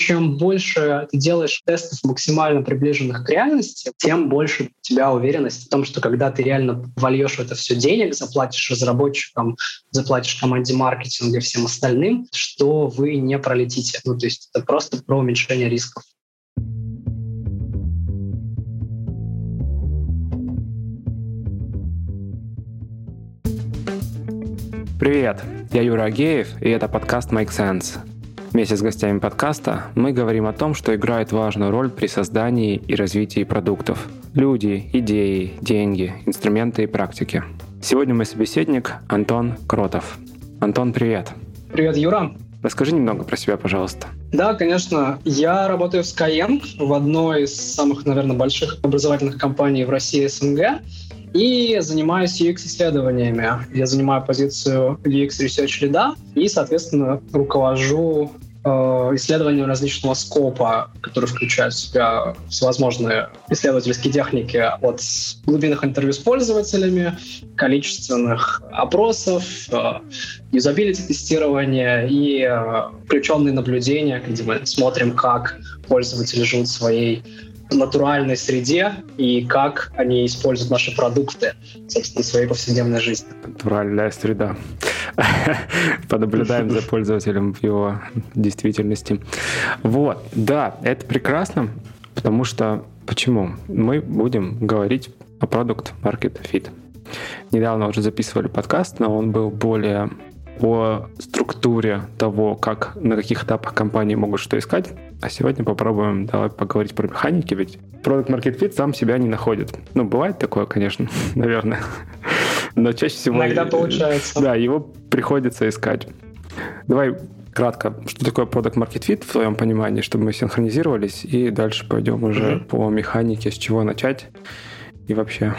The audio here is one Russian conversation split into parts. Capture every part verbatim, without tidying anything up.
чем больше ты делаешь тестов максимально приближенных к реальности, тем больше у тебя уверенность в том, что когда ты реально вольешь в это все денег, заплатишь разработчикам, заплатишь команде маркетинга и всем остальным, что вы не пролетите. Ну, то есть это просто про уменьшение рисков. Привет, я Юра Агеев, и это подкаст Make Sense. Вместе с гостями подкаста мы говорим о том, что играет важную роль при создании и развитии продуктов. Люди, идеи, деньги, инструменты и практики. Сегодня мой собеседник Антон Кротов. Антон, привет. Привет, Юра. Расскажи немного про себя, пожалуйста. Да, конечно. Я работаю в Skyeng, в одной из самых, наверное, больших образовательных компаний в России и СНГ. И занимаюсь ю экс-исследованиями. Я занимаю позицию ю экс-research lead и, соответственно, руковожу э, исследованием различного скопа, который включает в себя всевозможные исследовательские техники от глубинных интервью с пользователями, количественных опросов, э, юзабилити-тестирования и э, включенные наблюдения, где мы смотрим, как пользователи живут в своей натуральной среде и как они используют наши продукты, собственно, в своей повседневной жизни. Натуральная среда. Понаблюдаем за пользователем в его действительности. Вот, да, это прекрасно, потому что почему? Мы будем говорить о Product Market Fit. Недавно уже записывали подкаст, но он был более о структуре того, как на каких этапах компании могут что искать. А сегодня попробуем давай поговорить про механики, ведь Product Market Fit сам себя не находит. Ну, бывает такое, конечно, наверное. Но чаще всего... Иногда получается. Да, его приходится искать. Давай кратко, что такое Product Market Fit в твоем понимании, чтобы мы синхронизировались, и дальше пойдем уже mm-hmm. по механике, с чего начать и вообще...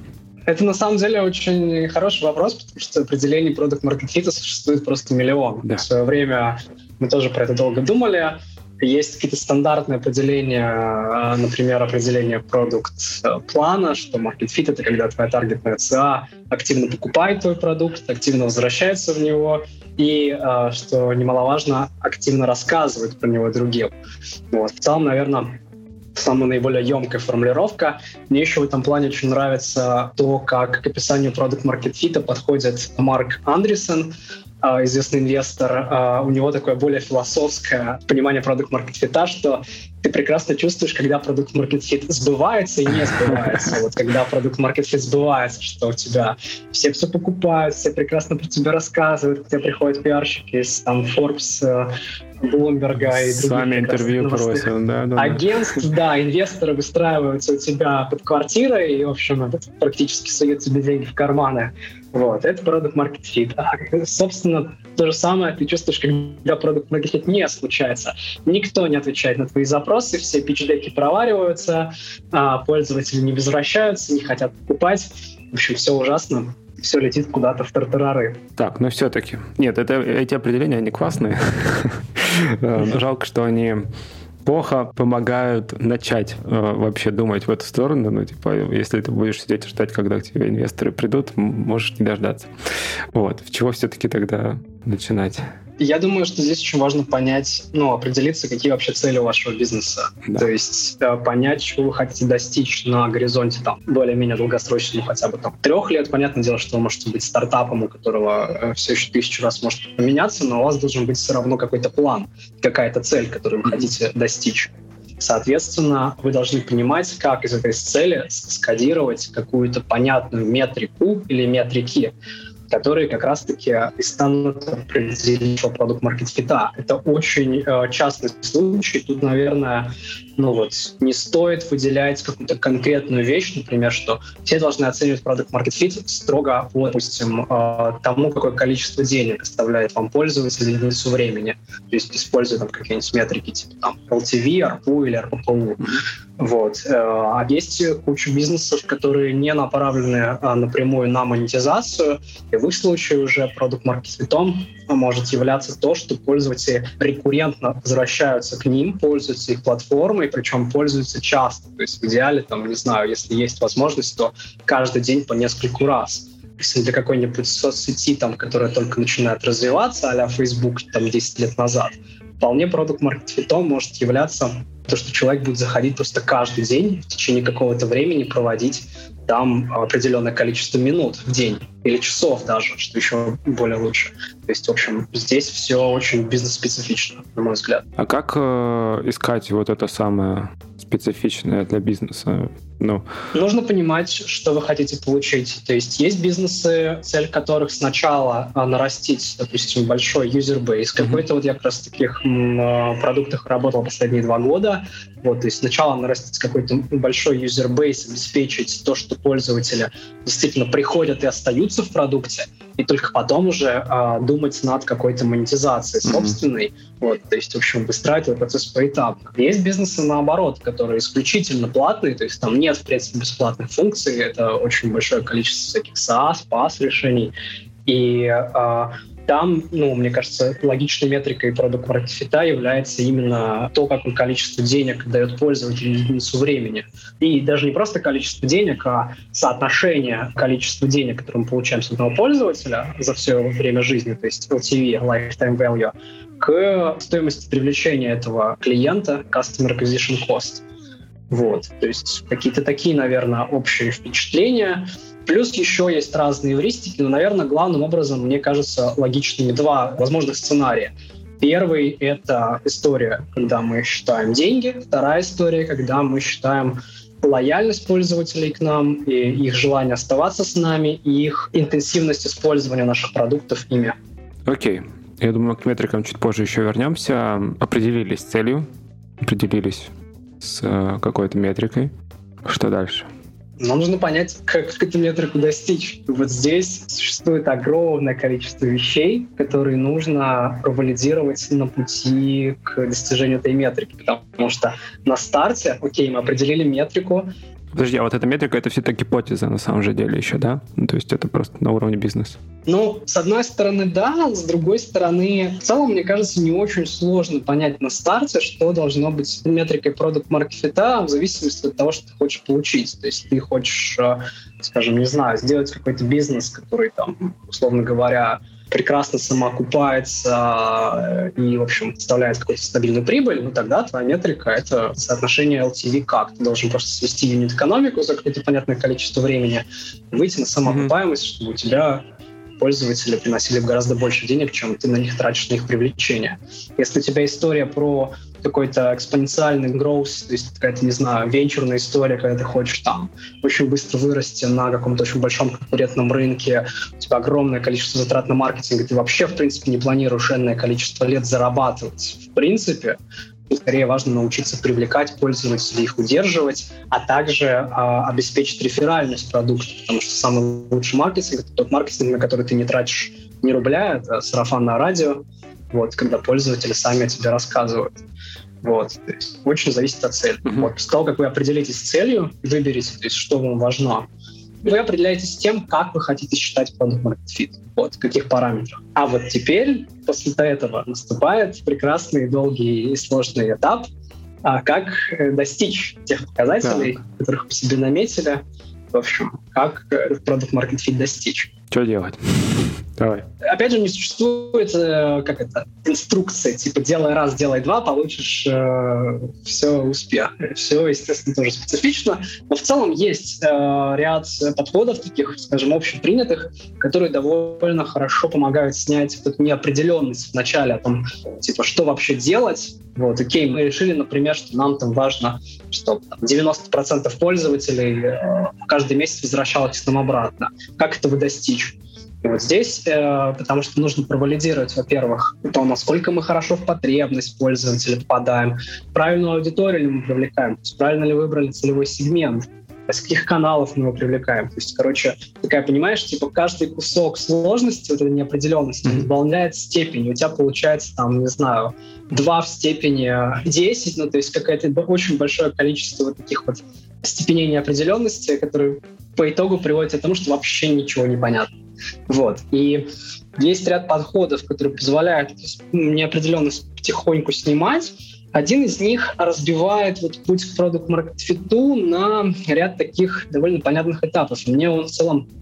Это на самом деле очень хороший вопрос, потому что определений Product Market Fit существует просто миллион. Да. В свое время мы тоже про это долго думали. Есть какие-то стандартные определения, например, определение продукт-плана, что Market Fit — это когда твоя таргетная си эй эй активно покупает твой продукт, активно возвращается в него и, что немаловажно, активно рассказывает про него другим. Вот. В целом, наверное, самая наиболее емкая формулировка. Мне еще в этом плане очень нравится то, как к описанию Product Market Fit подходит Марк Андресен, известный инвестор. У него такое более философское понимание Product Market Fit, что ты прекрасно чувствуешь, когда Product Market Fit сбывается и не сбывается. Вот когда Product Market Fit сбывается, что у тебя все все покупают, все прекрасно про тебя рассказывают, к тебе приходят пиарщики из там, Forbes, Блумберга и других. Сами интервью просят, да, да. Агентств, да, инвесторы выстраиваются у тебя под квартирой и, в общем, это практически суют тебе деньги в карманы. Вот, это Product Market Fit. А, собственно, то же самое ты чувствуешь, когда Product Market Fit не случается. Никто не отвечает на твои запросы, все питч-деки проваливаются, а пользователи не возвращаются, не хотят покупать. В общем, все ужасно. Все летит куда-то в тартарары. Так, ну все-таки. Нет, это, эти определения, они классные. Жалко, что они плохо помогают начать э, вообще думать в эту сторону. Ну, типа, если ты будешь сидеть и ждать, когда к тебе инвесторы придут, можешь не дождаться. Вот. В чего все-таки тогда начинать? Я думаю, что здесь очень важно понять, ну, определиться, какие вообще цели у вашего бизнеса. Да. То есть э, понять, чего вы хотите достичь на горизонте там более-менее долгосрочном, хотя бы там трех лет. Понятное дело, что вы можете быть стартапом, у которого э, все еще тысячу раз может поменяться, но у вас должен быть все равно какой-то план, какая-то цель, которую вы хотите достичь. Соответственно, вы должны понимать, как из этой цели скодировать какую-то понятную метрику или метрики, которые как раз-таки и станут определением Product Market Fit. Это очень э, частый случай. Тут, наверное, ну вот, не стоит выделять какую-то конкретную вещь, например, что все должны оценивать Product Market Fit строго по, допустим, э, тому, какое количество денег оставляет вам пользователь единицу времени. То есть используя там какие-нибудь метрики типа там эл ти ви, ар пи ю или ар пи пи ю. Вот. А есть куча бизнесов, которые не направлены а, напрямую на монетизацию, и в их случае уже Product Market Fit может являться то, что пользователи рекуррентно возвращаются к ним, пользуются их платформой, причем пользуются часто. То есть в идеале, там, не знаю, если есть возможность, то каждый день по нескольку раз. Если для какой-нибудь соцсети, там, которая только начинает развиваться, а-ля Facebook там, десять лет назад, Вполне продукт маркет фитом может являться то, что человек будет заходить просто каждый день, в течение какого-то времени проводить там определенное количество минут в день или часов даже, что еще более лучше. То есть, в общем, здесь все очень бизнес-специфично, на мой взгляд. А как э, искать вот это самое специфичное для бизнеса? Ну. Нужно понимать, что вы хотите получить. То есть есть бизнесы, цель которых сначала нарастить, допустим, большой юзер-бейс. Mm-hmm. Какой-то вот я как раз в таких м, продуктах работал последние два года. Вот, то есть сначала нарастить какой-то большой юзер-бейс, обеспечить то, что пользователи действительно приходят и остаются в продукте, и только потом уже а, думать над какой-то монетизацией собственной. Mm-hmm. Вот, то есть, в общем, выстраивать этот процесс поэтапно. Есть бизнесы, наоборот, которые исключительно платные, то есть там нет, в принципе, бесплатных функций, это очень большое количество всяких SaaS, пас решений, и а, там, ну, мне кажется, логичной метрикой продукт маркет фита является именно то, какое количество денег дает пользователю единицу времени. И даже не просто количество денег, а соотношение количества денег, которые мы получаем с одного пользователя за все время жизни, то есть эл ти ви, Lifetime Value, к стоимости привлечения этого клиента, Customer Acquisition Cost. Вот. То есть какие-то такие, наверное, общие впечатления. Плюс еще есть разные эвристики, но, наверное, главным образом, мне кажется, логичными два возможных сценария. Первый — это история, когда мы считаем деньги. Вторая история, когда мы считаем лояльность пользователей к нам, и их желание оставаться с нами, и их интенсивность использования наших продуктов ими. Окей. Я думаю, к метрикам чуть позже еще вернемся. Определились с целью, определились с какой-то метрикой. Что дальше? Нам нужно понять, как, как эту метрику достичь. Вот здесь существует огромное количество вещей, которые нужно провалидировать на пути к достижению этой метрики. Потому что на старте, окей, мы определили метрику. Подожди, а вот эта метрика — это все-таки гипотеза на самом же деле еще, да? Ну, то есть это просто на уровне бизнеса. Ну, с одной стороны, да, с другой стороны, в целом, мне кажется, не очень сложно понять на старте, что должно быть метрикой продукт маркет фита в зависимости от того, что ты хочешь получить. То есть ты хочешь, скажем, не знаю, сделать какой-то бизнес, который там, условно говоря, прекрасно самоокупается и, в общем, представляет какую-то стабильную прибыль, ну тогда твоя метрика — это соотношение эл ти ви как. Ты должен просто свести юнит-экономику за какое-то понятное количество времени, выйти на самоокупаемость, mm-hmm. чтобы у тебя пользователи приносили гораздо больше денег, чем ты на них тратишь на их привлечение. Если у тебя история про какой-то экспоненциальный growth, то есть какая-то, не знаю, венчурная история, когда ты хочешь там очень быстро вырасти на каком-то очень большом конкурентном рынке, у тебя огромное количество затрат на маркетинг, и ты вообще, в принципе, не планируешь энное количество лет зарабатывать. В принципе, скорее важно научиться привлекать пользователей, их удерживать, а также а, обеспечить реферальность продукта, потому что самый лучший маркетинг — это тот маркетинг, на который ты не тратишь ни рубля, это сарафанное радио, вот, когда пользователи сами о тебе рассказывают. Вот, то есть очень зависит от цели. Mm-hmm. Вот, после того, как вы определитесь с целью, выберете, то есть, что вам важно, вы определяетесь с тем, как вы хотите считать продукт маркет фит, вот, в каких параметрах. А вот теперь, после этого, наступает прекрасный, долгий и сложный этап, а как достичь тех показателей, yeah. которых вы себе наметили. В общем, как этот продукт маркет фит достичь. Что делать? Давай. Опять же, не существует э, как это, инструкции, типа делай раз, делай два, получишь э, все успех. Все, естественно, тоже специфично, но в целом есть э, ряд подходов таких, скажем, общепринятых, которые довольно хорошо помогают снять вот эту неопределенность в начале о том, типа, что вообще делать. Вот, окей, мы решили, например, что нам там важно, чтобы там, девяносто процентов пользователей э, каждый месяц возвращалось к нам обратно. Как этого достичь? И вот здесь, э, потому что нужно провалидировать, во-первых, то, насколько мы хорошо в потребность пользователя попадаем, правильную аудиторию ли мы привлекаем, то есть правильно ли выбрали целевой сегмент, из каких каналов мы его привлекаем. То есть, короче, такая, понимаешь, типа каждый кусок сложности, вот этой неопределенности, mm-hmm. дополняет степень. У тебя получается, там, не знаю, два в степени десять, ну, то есть какое-то очень большое количество вот таких вот степеней неопределенности, которые по итогу приводят к тому, что вообще ничего не понятно. Вот. И есть ряд подходов, которые позволяют неопределенность потихоньку снимать. Один из них разбивает вот путь к продукт маркет фиту на ряд таких довольно понятных этапов. И мне он в целом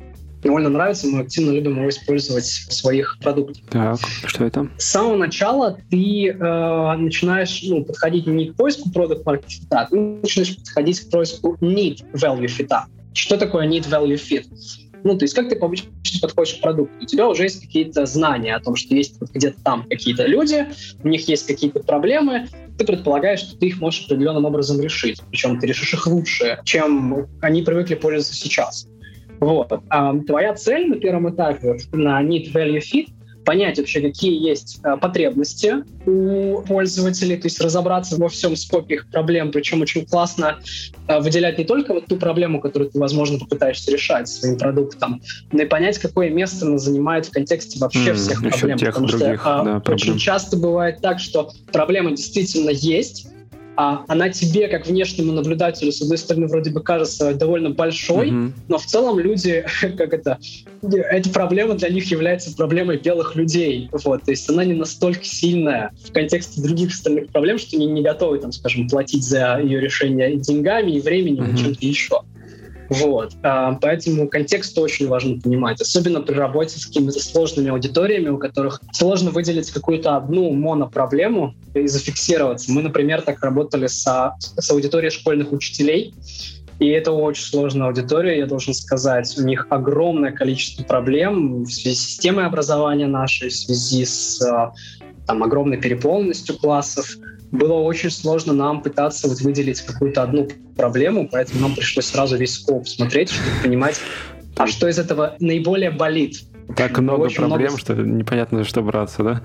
довольно нравится, мы активно любим его использовать в своих продуктах. Так, что это? С самого начала ты э, начинаешь ну, подходить не к поиску product market fit, а ты начинаешь подходить к поиску need value fit. Что такое need value fit? Ну, то есть как ты обычно подходишь к продукту? У тебя уже есть какие-то знания о том, что есть вот где-то там какие-то люди, у них есть какие-то проблемы, ты предполагаешь, что ты их можешь определенным образом решить. Причем ты решишь их лучше, чем они привыкли пользоваться сейчас. Вот. А твоя цель на первом этапе вот, на need value fit понять вообще, какие есть а, потребности у пользователей, то есть разобраться во всем скопе их проблем, причем очень классно а, выделять не только вот ту проблему, которую ты, возможно, попытаешься решать своим продуктом, но и понять, какое место она занимает в контексте вообще mm, всех проблем. Тех потому других, что а, да, проблем. Очень часто бывает так, что проблема действительно есть, а она тебе, как внешнему наблюдателю, с одной стороны, вроде бы кажется довольно большой, mm-hmm. но в целом люди, как это, эта проблема для них является проблемой белых людей. Вот. То есть она не настолько сильная в контексте других остальных проблем, что они не готовы, там, скажем, платить за ее решение деньгами, и временем, mm-hmm. и чем-то еще. Вот. Поэтому контекст очень важно понимать, особенно при работе с какими-то сложными аудиториями, у которых сложно выделить какую-то одну монопроблему и зафиксироваться. Мы, например, так работали со, с аудиторией школьных учителей, и это очень сложная аудитория, я должен сказать. У них огромное количество проблем в связи с системой образования нашей, в связи с там, огромной переполненностью классов. Было очень сложно нам пытаться вот выделить какую-то одну проблему, поэтому нам пришлось сразу весь скоп смотреть, чтобы понимать, а что из этого наиболее болит. Так много проблем, много... что непонятно, за что браться, да?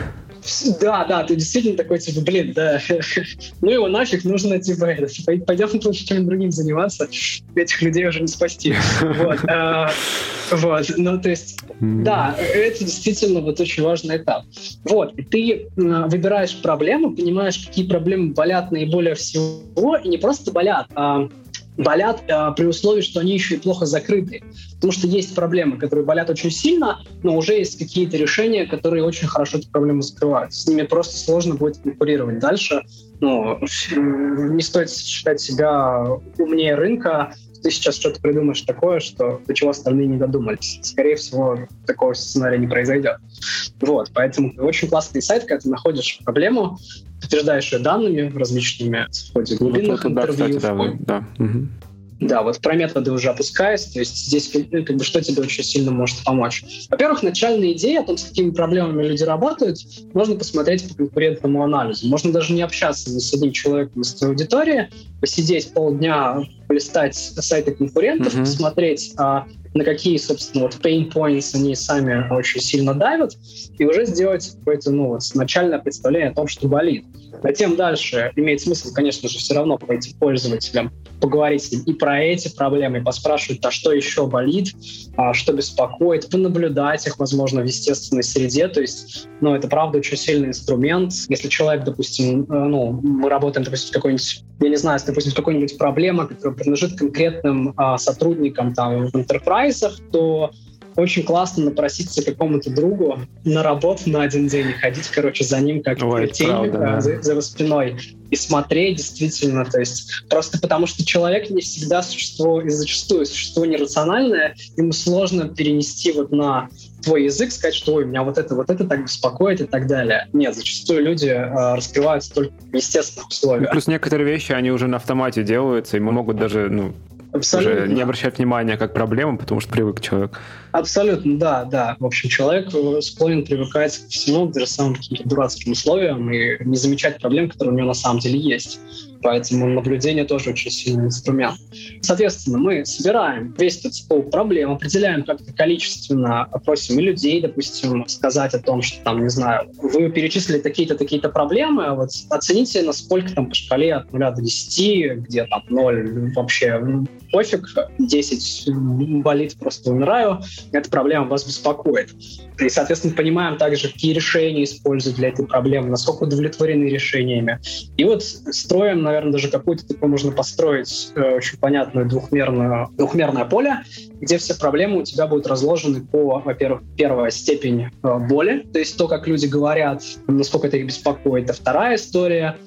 Да, да, ты действительно такой, типа, блин, да, ну его нафиг, нужно, типа, пойдем лучше чем-нибудь другим заниматься, этих людей уже не спасти. Вот, а, вот, ну, то есть, да, это действительно вот очень важный этап. Вот, и ты выбираешь проблему, понимаешь, какие проблемы болят наиболее всего, и не просто болят, а болят э, при условии, что они еще и плохо закрыты. Потому что есть проблемы, которые болят очень сильно, но уже есть какие-то решения, которые очень хорошо эту проблему закрывают. С ними просто сложно будет конкурировать дальше. Ну, не стоит считать себя умнее рынка. Ты сейчас что-то придумаешь такое, что до чего остальные не додумались. Скорее всего, такого сценария не произойдет. Вот, поэтому очень классный сайт, когда ты находишь проблему, подтверждаешь ее данными различными в ходе глубинных вот, интервью. Да, кстати, да, вы, да. Угу. Да, вот про методы уже опускаясь, то есть здесь ну, как бы, что тебе очень сильно может помочь. Во-первых, начальная идея о том, с какими проблемами люди работают, можно посмотреть по конкурентному анализу. Можно даже не общаться с одним человеком из твоей аудитории, посидеть полдня, полистать сайты конкурентов, uh-huh. посмотреть, а, на какие, собственно, вот pain points они сами очень сильно давят, и уже сделать какое-то ну, вот, начальное представление о том, что болит. Затем дальше имеет смысл, конечно же, все равно пойти к пользователям, поговорить с ним и про эти проблемы, и поспрашивать, а что еще болит, а что беспокоит, понаблюдать их, возможно, в естественной среде. То есть, ну, это, правда, очень сильный инструмент. Если человек, допустим, ну, мы работаем, допустим, в какой-нибудь, я не знаю, допустим, какой-нибудь проблема, которая принадлежит конкретным а, сотрудникам там в энтерпрайзах, то очень классно напроситься какому-то другу на работу на один день и ходить, короче, за ним как Ой, тень правда, а, да. за, за его спиной и смотреть действительно, то есть просто потому, что человек не всегда существо, и зачастую существо нерациональное, ему сложно перенести вот на твой язык, сказать, что ой, меня вот это, вот это так беспокоит и так далее. Нет, зачастую люди э, раскрываются только в естественных условиях. Плюс некоторые вещи, они уже на автомате делаются, и могут даже, ну, Абсолютно. Уже не обращать внимания как проблему, потому что привык человек. Абсолютно, да, да. В общем, человек склонен привыкать ко всему, даже самым каким-то дурацким условиям и не замечать проблем, которые у него на самом деле есть. Поэтому наблюдение тоже очень сильный инструмент. Соответственно, мы собираем весь этот стол проблем, определяем как-то количественно, опросим и людей, допустим, сказать о том, что там, не знаю, вы перечислили такие-то, такие-то проблемы, а вот оцените, насколько там по шкале от нуля до десяти, где там ноль вообще пофиг, десять болит, просто умираю, эта проблема вас беспокоит. И, соответственно, понимаем также, какие решения используют для этой проблемы, насколько удовлетворены решениями. И вот строим, наверное, даже какую-то такую можно построить э, очень понятную двухмерную, двухмерное поле, где все проблемы у тебя будут разложены по, во-первых, первая степень э, боли, то есть то, как люди говорят, насколько это их беспокоит, а вторая история —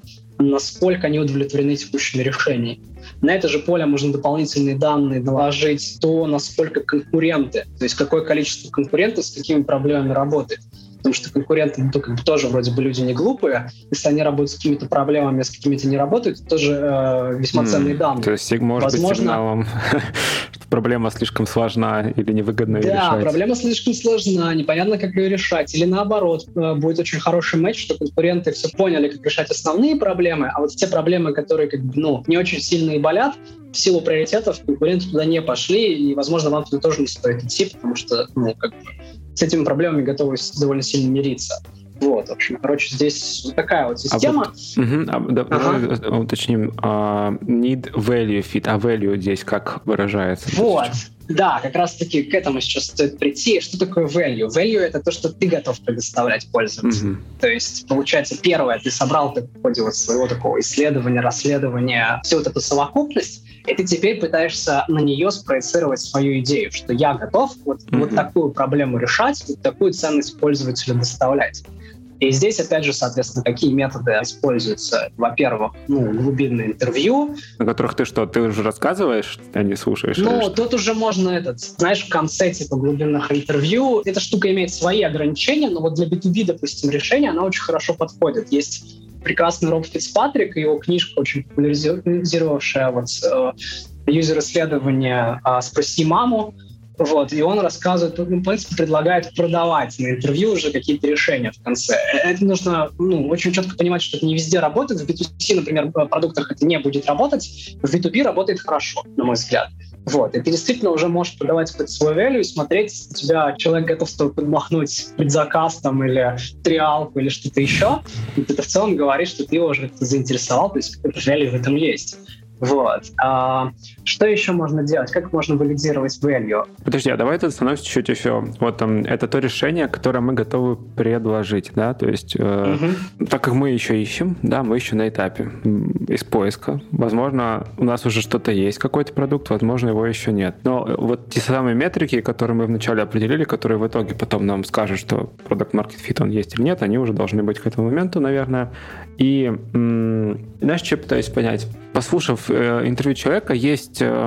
насколько они удовлетворены текущими решениями. На это же поле можно дополнительные данные наложить, то, насколько конкуренты, то есть какое количество конкурентов с какими проблемами работает. Потому что конкуренты ну, как бы тоже вроде бы люди не глупые. Если они работают с какими-то проблемами, а с какими-то не работают, это тоже э, весьма ценные mm, данные. То есть может Возможно, быть сигналом, что проблема слишком сложна или невыгодно ее решать. Да, проблема слишком сложна, непонятно, как ее решать. Или наоборот, будет очень хороший матч, что конкуренты все поняли, как решать основные проблемы, а вот те проблемы, которые как бы, ну, не очень сильные болят, в силу приоритетов конкуренты туда не пошли, и, возможно, вам туда тоже не стоит идти, потому что, ну, как бы, с этими проблемами готовы довольно сильно мириться. Вот, в общем, короче, здесь вот такая вот система. А вот, угу, а, да, ага. Давай уточним. Uh, need value fit, а value здесь как выражается? Вот, да, как раз-таки к этому сейчас стоит прийти. Что такое value? Value — это то, что ты готов предоставлять пользователю. Угу. То есть, получается, первое, ты собрал ты в ходе вот своего такого исследования, расследования, всю вот эту совокупность, и ты теперь пытаешься на нее спроецировать свою идею, что я готов вот, mm-hmm. вот такую проблему решать, вот такую ценность пользователю доставлять. И здесь, опять же, соответственно, какие методы используются? Во-первых, ну, глубинное интервью. На которых ты что, ты уже рассказываешь, а не слушаешь? Ну, тут уже можно, этот, знаешь, в конце типа глубинных интервью. Эта штука имеет свои ограничения, но вот для би ту би, допустим, решения она очень хорошо подходит. Есть прекрасный Роб Фицпатрик, его книжка, очень популяризировавшая вот, э, юзер-исследование э, «Спроси маму». Вот, и он рассказывает, ну, в принципе, предлагает продавать на интервью уже какие-то решения в конце. Это нужно ну, очень четко понимать, что это не везде работает. В би ту си, например, в продуктах это не будет работать. В би ту би работает хорошо, на мой взгляд. Вот, и ты действительно уже можешь продавать под свой value и смотреть, если у тебя человек готов с тобой подмахнуть предзаказ там, или триалку или что-то еще, и ты в целом говоришь, что ты его уже заинтересовал, то есть какой-то value в этом есть. Вот. А, что еще можно делать? Как можно валидировать value? Подожди, а давай это остановимся чуть-чуть еще. Вот там, это то решение, которое мы готовы предложить, да, то есть э, угу. так как мы еще ищем, да, мы еще на этапе из поиска. Возможно, у нас уже что-то есть, какой-то продукт, возможно, его еще нет. Но вот те самые метрики, которые мы вначале определили, которые в итоге потом нам скажут, что product market fit он есть или нет, они уже должны быть к этому моменту, наверное. И м- знаешь, что я пытаюсь понять? Послушав э, интервью человека, есть э,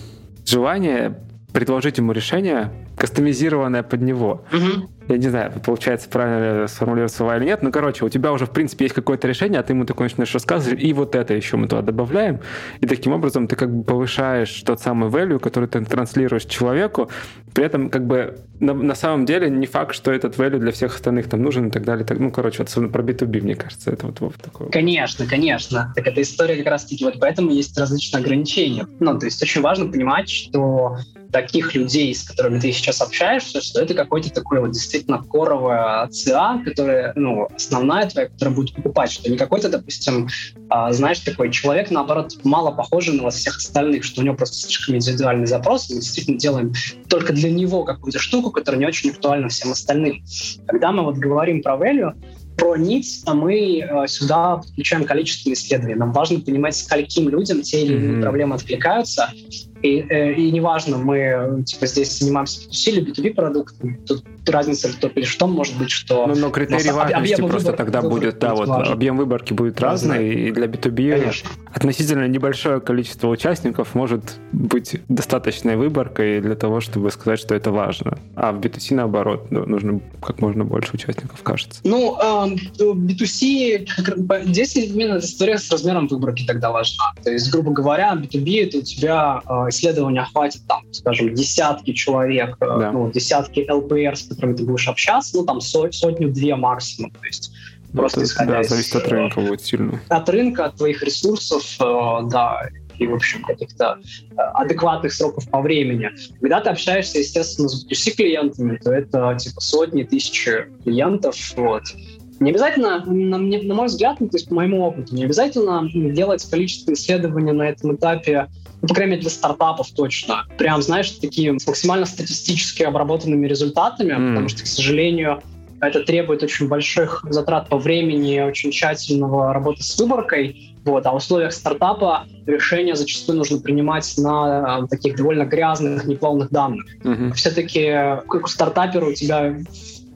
желание предложить ему решение, кастомизированное под него. Mm-hmm. Я не знаю, получается, правильно сформулировать слова или нет, но, короче, у тебя уже, в принципе, есть какое-то решение, а ты ему такое начинаешь рассказывать, и вот это еще мы туда добавляем, и таким образом ты как бы повышаешь тот самый value, который ты транслируешь человеку, при этом как бы на, на самом деле не факт, что этот value для всех остальных там нужен и так далее. Так, ну, короче, вот про би ту би, мне кажется, это вот, вот такое. Конечно, конечно. Так эта история как раз-таки вот поэтому есть различные ограничения. Ну, то есть очень важно понимать, что таких людей, с которыми ты сейчас общаешься, что это какой-то такой вот действительно коровая ЦА, которая, ну, основная твоя, которая будет покупать, что не какой-то, допустим, а, знаешь, такой человек, наоборот, мало похожий на вас всех остальных, что у него просто слишком индивидуальный запрос, и мы действительно делаем только для него какую-то штуку, которая не очень актуальна всем остальным. Когда мы вот говорим про value, про нить, а мы э, сюда подключаем количество исследований. Нам важно понимать, скольким людям те или иные mm-hmm. проблемы откликаются. И, э, и неважно, мы типа, здесь занимаемся би ту си или би ту би продуктами. Тут разница только лишь в том, может быть, что... Ну, но критерий важности просто выбор, тогда выбор, будет... Да, вот важен. Объем выборки будет разный, разный, и для би ту би Конечно. Относительно небольшое количество участников может быть достаточной выборкой для того, чтобы сказать, что это важно. А в би ту си, наоборот, нужно как можно больше участников, кажется. Ну, э, би ту си... Здесь именно история с размером выборки тогда важна. То есть, грубо говоря, би ту би — это у тебя... исследования хватит, там, скажем, десятки человек, да. ну, десятки эл пи ар, с которыми ты будешь общаться, ну, там, сот, сотню-две максимум, то есть ну, просто это, исходя да, из... зависит от рынка будет сильно. От рынка, от твоих ресурсов, э, да, и, в общем, каких-то э, адекватных сроков по времени. Когда ты общаешься, естественно, с би ту си-клиентами, то это, типа, сотни, тысячи клиентов, вот. Не обязательно, на, на мой взгляд, ну, то есть по моему опыту, не обязательно делать количество исследований на этом этапе, ну, по крайней мере, для стартапов точно. Прям, знаешь, такие с максимально статистически обработанными результатами, mm. потому что, к сожалению, это требует очень больших затрат по времени, очень тщательного работы с выборкой. Вот. А в условиях стартапа решения зачастую нужно принимать на таких довольно грязных, неполных данных. Mm-hmm. Все-таки, как у стартапера, у тебя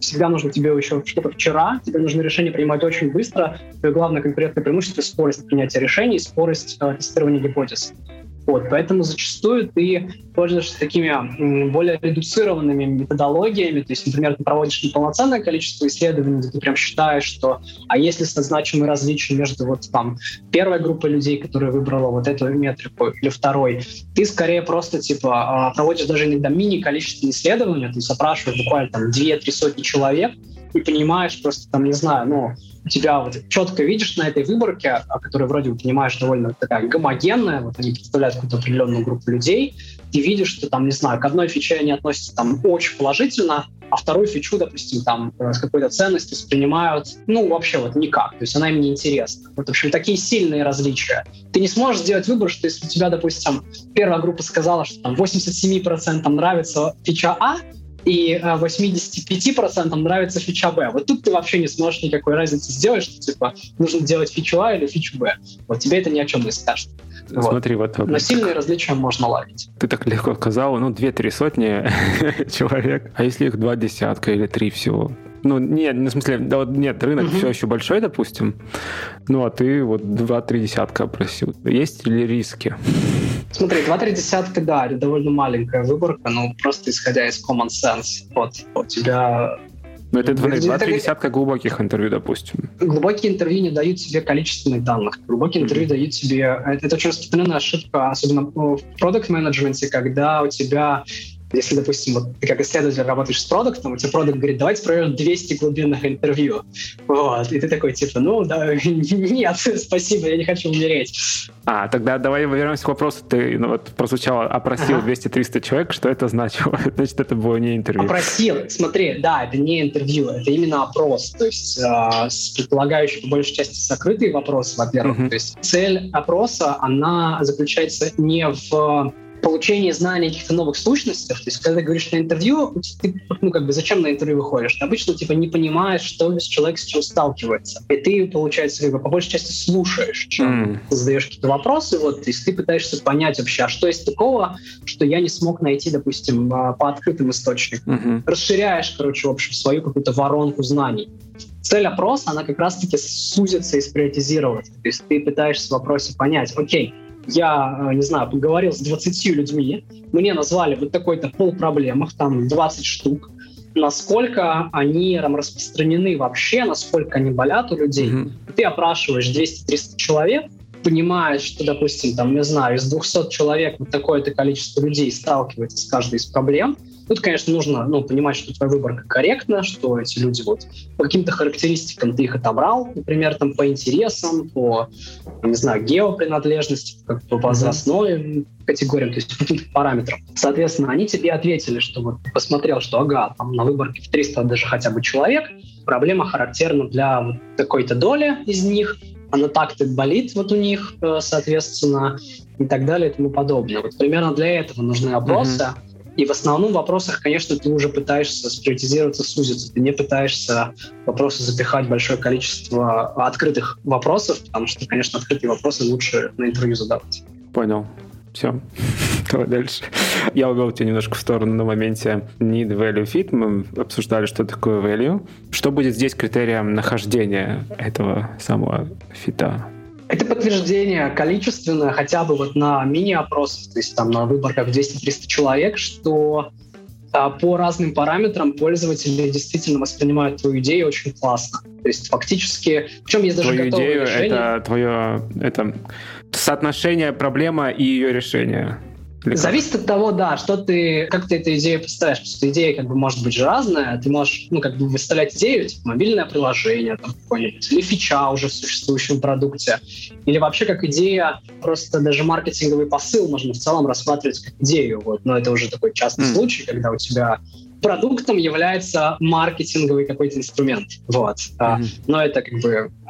всегда нужно тебе еще что-то вчера, тебе нужно решение принимать очень быстро. Твое главное конкурентное преимущество — скорость принятия решений, скорость э, тестирования гипотез. Вот, поэтому зачастую ты пользуешься такими м, более редуцированными методологиями. То есть, например, ты проводишь неполноценное количество исследований, где ты прям считаешь, что а если значимые различия между вот там первой группой людей, которая выбрала вот эту метрику, или второй, ты скорее просто типа проводишь даже иногда мини-количество исследований, то есть опрашиваешь буквально там две-три сотни человек и понимаешь просто там, не знаю, ну, у тебя вот четко видишь на этой выборке, которая вроде бы, понимаешь, довольно такая гомогенная, вот они представляют какую-то определенную группу людей, ты видишь, что там, не знаю, к одной фиче они относятся там очень положительно, а вторую фичу, допустим, там с какой-то ценностью воспринимают, ну, вообще вот никак, то есть она им не интересна. Вот, в общем, такие сильные различия. Ты не сможешь сделать выбор, что если у тебя, допустим, первая группа сказала, что там восемьдесят семь процентов нравится фича А, и восемьдесят пять процентов нравится фича Б. Вот тут ты вообще не сможешь никакой разницы сделать, что типа нужно делать фичу А или фичу Б. Вот тебе это ни о чем не скажет. Вот. Смотри, вот, Но сильные различия можно ловить. Ты так легко сказал, ну, две-три сотни человек. А если их два десятка или три всего? Ну, нет, в смысле, да, вот нет, рынок uh-huh. все еще большой, допустим. Ну, а ты вот два-три десятка опросил. Есть ли риски? Смотри, два-три десятка, да, это довольно маленькая выборка, но просто исходя из common sense. Вот, у тебя... Ну, это два-три десятка глубоких интервью, допустим. Глубокие интервью не дают тебе количественных данных. Глубокие интервью mm-hmm. дают тебе... Это, это очень распространенная ошибка, особенно в продакт-менеджменте, когда у тебя... Если, допустим, вот ты как исследователь работаешь с продуктом, у тебя продукт говорит, давайте проведем двести глубинных интервью. Вот. И ты такой, типа, ну, да, нет, спасибо, я не хочу умереть. А, тогда давай вернемся к вопросу. Ты ну, вот прозвучало, опросил ага. двести-триста человек, что это значило? Значит, это было не интервью. Опросил, смотри, да, это не интервью, это именно опрос. То есть э, предполагающий по большей части сокрытые вопросы, во-первых. Uh-huh. То есть цель опроса, она заключается не в получение знаний каких-то новых сущностей. То есть, когда ты говоришь на интервью, ты, ну, как бы, зачем на интервью выходишь? Ты обычно, типа, не понимаешь, что человек с чем сталкивается. И ты, получается, как бы, по большей части слушаешь, чем mm. задаешь какие-то вопросы, вот, то есть ты пытаешься понять вообще, а что есть такого, что я не смог найти, допустим, по открытым источникам. Mm-hmm. Расширяешь, короче, в общем, свою какую-то воронку знаний. Цель опроса, она как раз-таки сузится и сприоритизироваться. То есть ты пытаешься в вопросе понять, окей, я, не знаю, поговорил с двадцатью людьми, мне назвали вот такой-то полпроблемах, там двадцать штук, насколько они там распространены вообще, насколько они болят у людей. Mm-hmm. Ты опрашиваешь двести-триста человек, понимаешь, что, допустим, там, не знаю, из двухсот человек вот такое-то количество людей сталкивается с каждой из проблем. Тут, конечно, нужно ну, понимать, что твоя выборка корректна, что эти люди вот по каким-то характеристикам ты их отобрал, например, там по интересам, по, не знаю, геопринадлежности, как по возрастной категориям, то есть по каким-то параметрам. Соответственно, они тебе ответили, что вот посмотрел, что ага, там на выборке в триста даже хотя бы человек, проблема характерна для вот такой-то доли из них, она так-то болит вот у них, соответственно, и так далее и тому подобное. Вот примерно для этого нужны опросы. Mm-hmm. И в основном в вопросах, конечно, ты уже пытаешься сприоритизироваться, сузиться. Ты не пытаешься в вопросы запихать большое количество открытых вопросов, потому что, конечно, открытые вопросы лучше на интервью задавать. Понял. Все. Давай дальше. Я увел тебя немножко в сторону на моменте need, value, fit. Мы обсуждали, что такое value. Что будет здесь критерием нахождения этого самого фита? Это подтверждение количественное, хотя бы вот на мини-опросах, то есть там на выборках двести-триста человек, что а, по разным параметрам пользователи действительно воспринимают твою идею очень классно. То есть фактически, в чем есть даже твою готовое идею, решение. Это твое это соотношение проблема и ее решение. Зависит от того, да, что ты, как ты эту идею представляешь, потому что идея как бы может быть же разная, ты можешь, ну, как бы выставлять идею, типа мобильное приложение там какое-нибудь, или фича уже в существующем продукте, или вообще как идея, просто даже маркетинговый посыл можно в целом рассматривать как идею, вот, но это уже такой частый mm. случай, когда у тебя продуктом является маркетинговый какой-то инструмент, вот, mm-hmm. а, но это как бы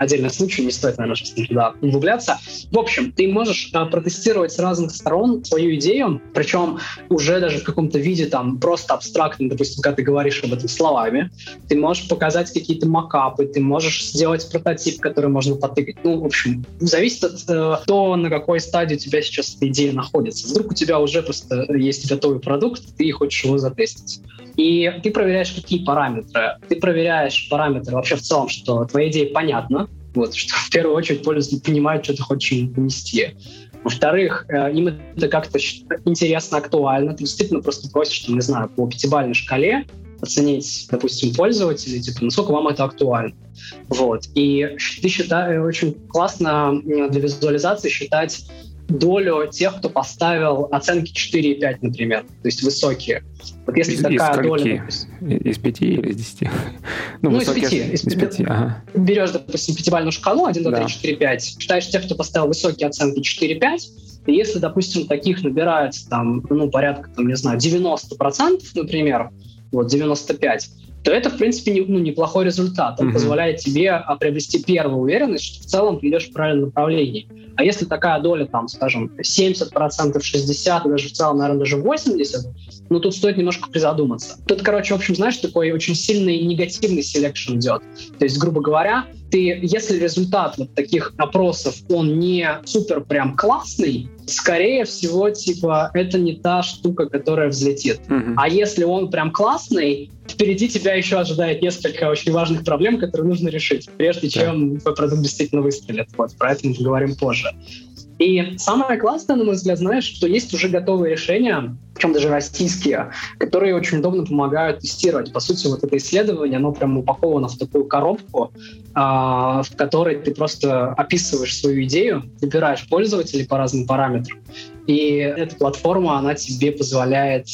отдельный случай, не стоит, наверное, сейчас туда углубляться. В общем, ты можешь а, протестировать с разных сторон свою идею, причем уже даже в каком-то виде там просто абстрактно, допустим, когда ты говоришь об этом словами, ты можешь показать какие-то макапы, ты можешь сделать прототип, который можно потыкать. Ну, в общем, зависит от э, того, на какой стадии у тебя сейчас эта идея находится. Вдруг у тебя уже просто есть готовый продукт, ты хочешь его затестить. И ты проверяешь, какие параметры. Ты проверяешь параметры вообще в целом, что твоя идея понятна, вот, что в первую очередь пользователь понимает, что ты хочешь им донести. Во-вторых, э, им это как-то интересно, актуально. Ты действительно просто просишь, там, не знаю, по пятибалльной шкале оценить, допустим, пользователей, типа, насколько вам это актуально. Вот. И ты считаешь, очень классно для визуализации считать долю тех, кто поставил оценки четыре и пять, например, то есть высокие. Вот если из, такая из доля... Допустим, из пяти или из десяти? Ну, ну из пяти. Из, из пяти, ага. Берешь, допустим, пятибалльную шкалу один, два, три, четыре, пять, считаешь тех, кто поставил высокие оценки четыре пять, и если, допустим, таких набирается там, ну, порядка, там, не знаю, девяносто процентов, например, вот девяносто пять процентов, то это, в принципе, не, ну, неплохой результат. Он mm-hmm. позволяет тебе а, приобрести первую уверенность, что в целом ты идешь в правильном направлении. А если такая доля, там, скажем, семьдесят процентов, шестьдесят процентов, даже в целом, наверное, даже восемьдесят процентов, ну, тут стоит немножко призадуматься. Тут, короче, в общем, знаешь, такой очень сильный негативный селекшн идет. То есть, грубо говоря, ты, если результат вот таких опросов, он не супер прям классный, скорее всего, типа, это не та штука, которая взлетит. Mm-hmm. А если он прям классный, впереди тебя еще ожидает несколько очень важных проблем, которые нужно решить, прежде чем твой продукт действительно выстрелит. Вот, про это мы поговорим позже. И самое классное, на мой взгляд, знаешь, что есть уже готовые решения, причем даже российские, которые очень удобно помогают тестировать. По сути, вот это исследование, оно прям упаковано в такую коробку, в которой ты просто описываешь свою идею, выбираешь пользователей по разным параметрам, и эта платформа, она тебе позволяет...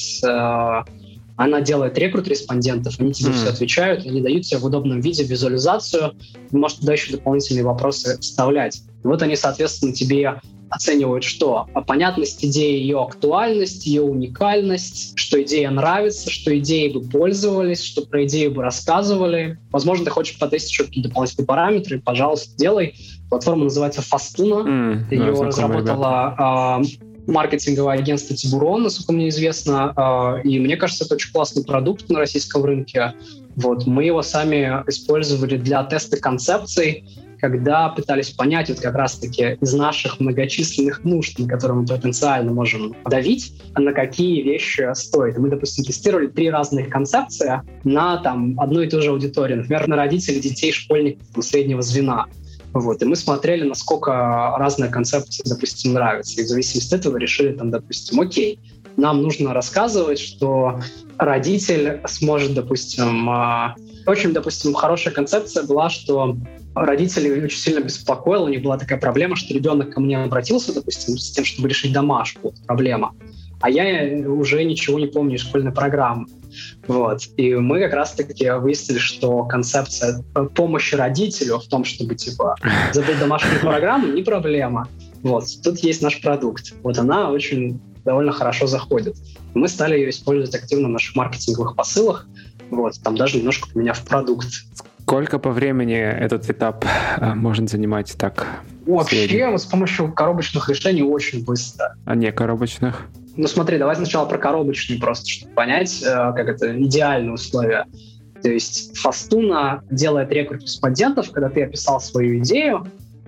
Она делает рекрут респондентов, они тебе mm. все отвечают, они дают тебе в удобном виде визуализацию, ты можешь туда еще дополнительные вопросы вставлять. И вот они, соответственно, тебе оценивают что? Понятность идеи, ее актуальность, ее уникальность, что идея нравится, что идеей бы пользовались, что про идею бы рассказывали. Возможно, ты хочешь потестить еще какие-то дополнительные параметры, пожалуйста, делай. Платформа называется Фастуна, mm, ее да, разработала... маркетинговое агентство «Тибурон», насколько мне известно, и мне кажется, это очень классный продукт на российском рынке. Вот, мы его сами использовали для теста концепций, когда пытались понять вот как раз-таки из наших многочисленных нужд, на которые мы потенциально можем давить, на какие вещи стоит. Мы, допустим, тестировали три разных концепции на там, одну и ту же аудиторию, например, на родителей детей, школьников среднего звена. Вот, и мы смотрели, насколько разная концепция, допустим, нравится. И в зависимости от этого решили, там, допустим, окей, нам нужно рассказывать, что родитель сможет, допустим... Э, очень, допустим, хорошая концепция была, что родителей очень сильно беспокоило, у них была такая проблема, что ребенок ко мне обратился, допустим, с тем, чтобы решить домашку, проблема. А я уже ничего не помню из школьной программы. Вот. И мы как раз-таки выяснили, что концепция помощи родителю в том, чтобы типа забыть домашнюю программу, не проблема. Вот. Тут есть наш продукт. Вот она очень довольно хорошо заходит. И мы стали ее использовать активно в наших маркетинговых посылах. Вот. Там даже немножко поменяв продукт. Сколько по времени этот этап а, может занимать так? Вообще с помощью коробочных решений очень быстро. А не коробочных? Ну смотри, давай сначала про коробочные просто, чтобы понять, э, как это идеальные условия. То есть Фастуна делает рекрут респондентов, когда ты описал свою идею.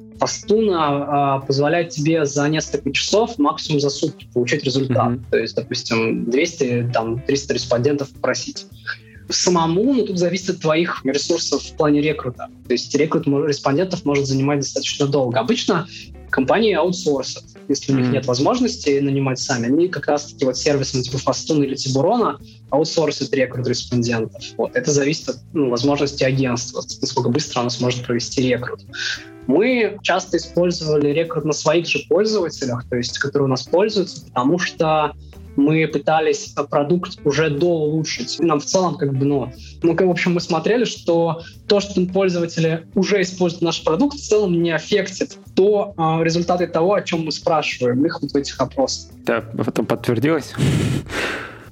Фастуна э, позволяет тебе за несколько часов, максимум за сутки, получить результат. Mm-hmm. То есть, допустим, двести, там, триста респондентов попросить. Самому, ну, тут зависит от твоих ресурсов в плане рекрута. То есть рекрут респондентов может занимать достаточно долго. Обычно компании аутсорсят. Если mm-hmm. у них нет возможности нанимать сами, они как раз-таки вот сервисом типа Фастуна или Тибурона аутсорсят рекрут респондентов. Вот. Это зависит от ну, возможности агентства, насколько быстро оно сможет провести рекрут. Мы часто использовали рекрут на своих же пользователях, то есть которые у нас пользуются, потому что мы пытались продукт уже доулучшить. Нам в целом, как бы, ну, ну, в общем, мы смотрели, что то, что пользователи уже используют наш продукт, в целом не аффектит то э, результаты того, о чем мы спрашиваем их вот в этих опросах. Да, потом подтвердилось?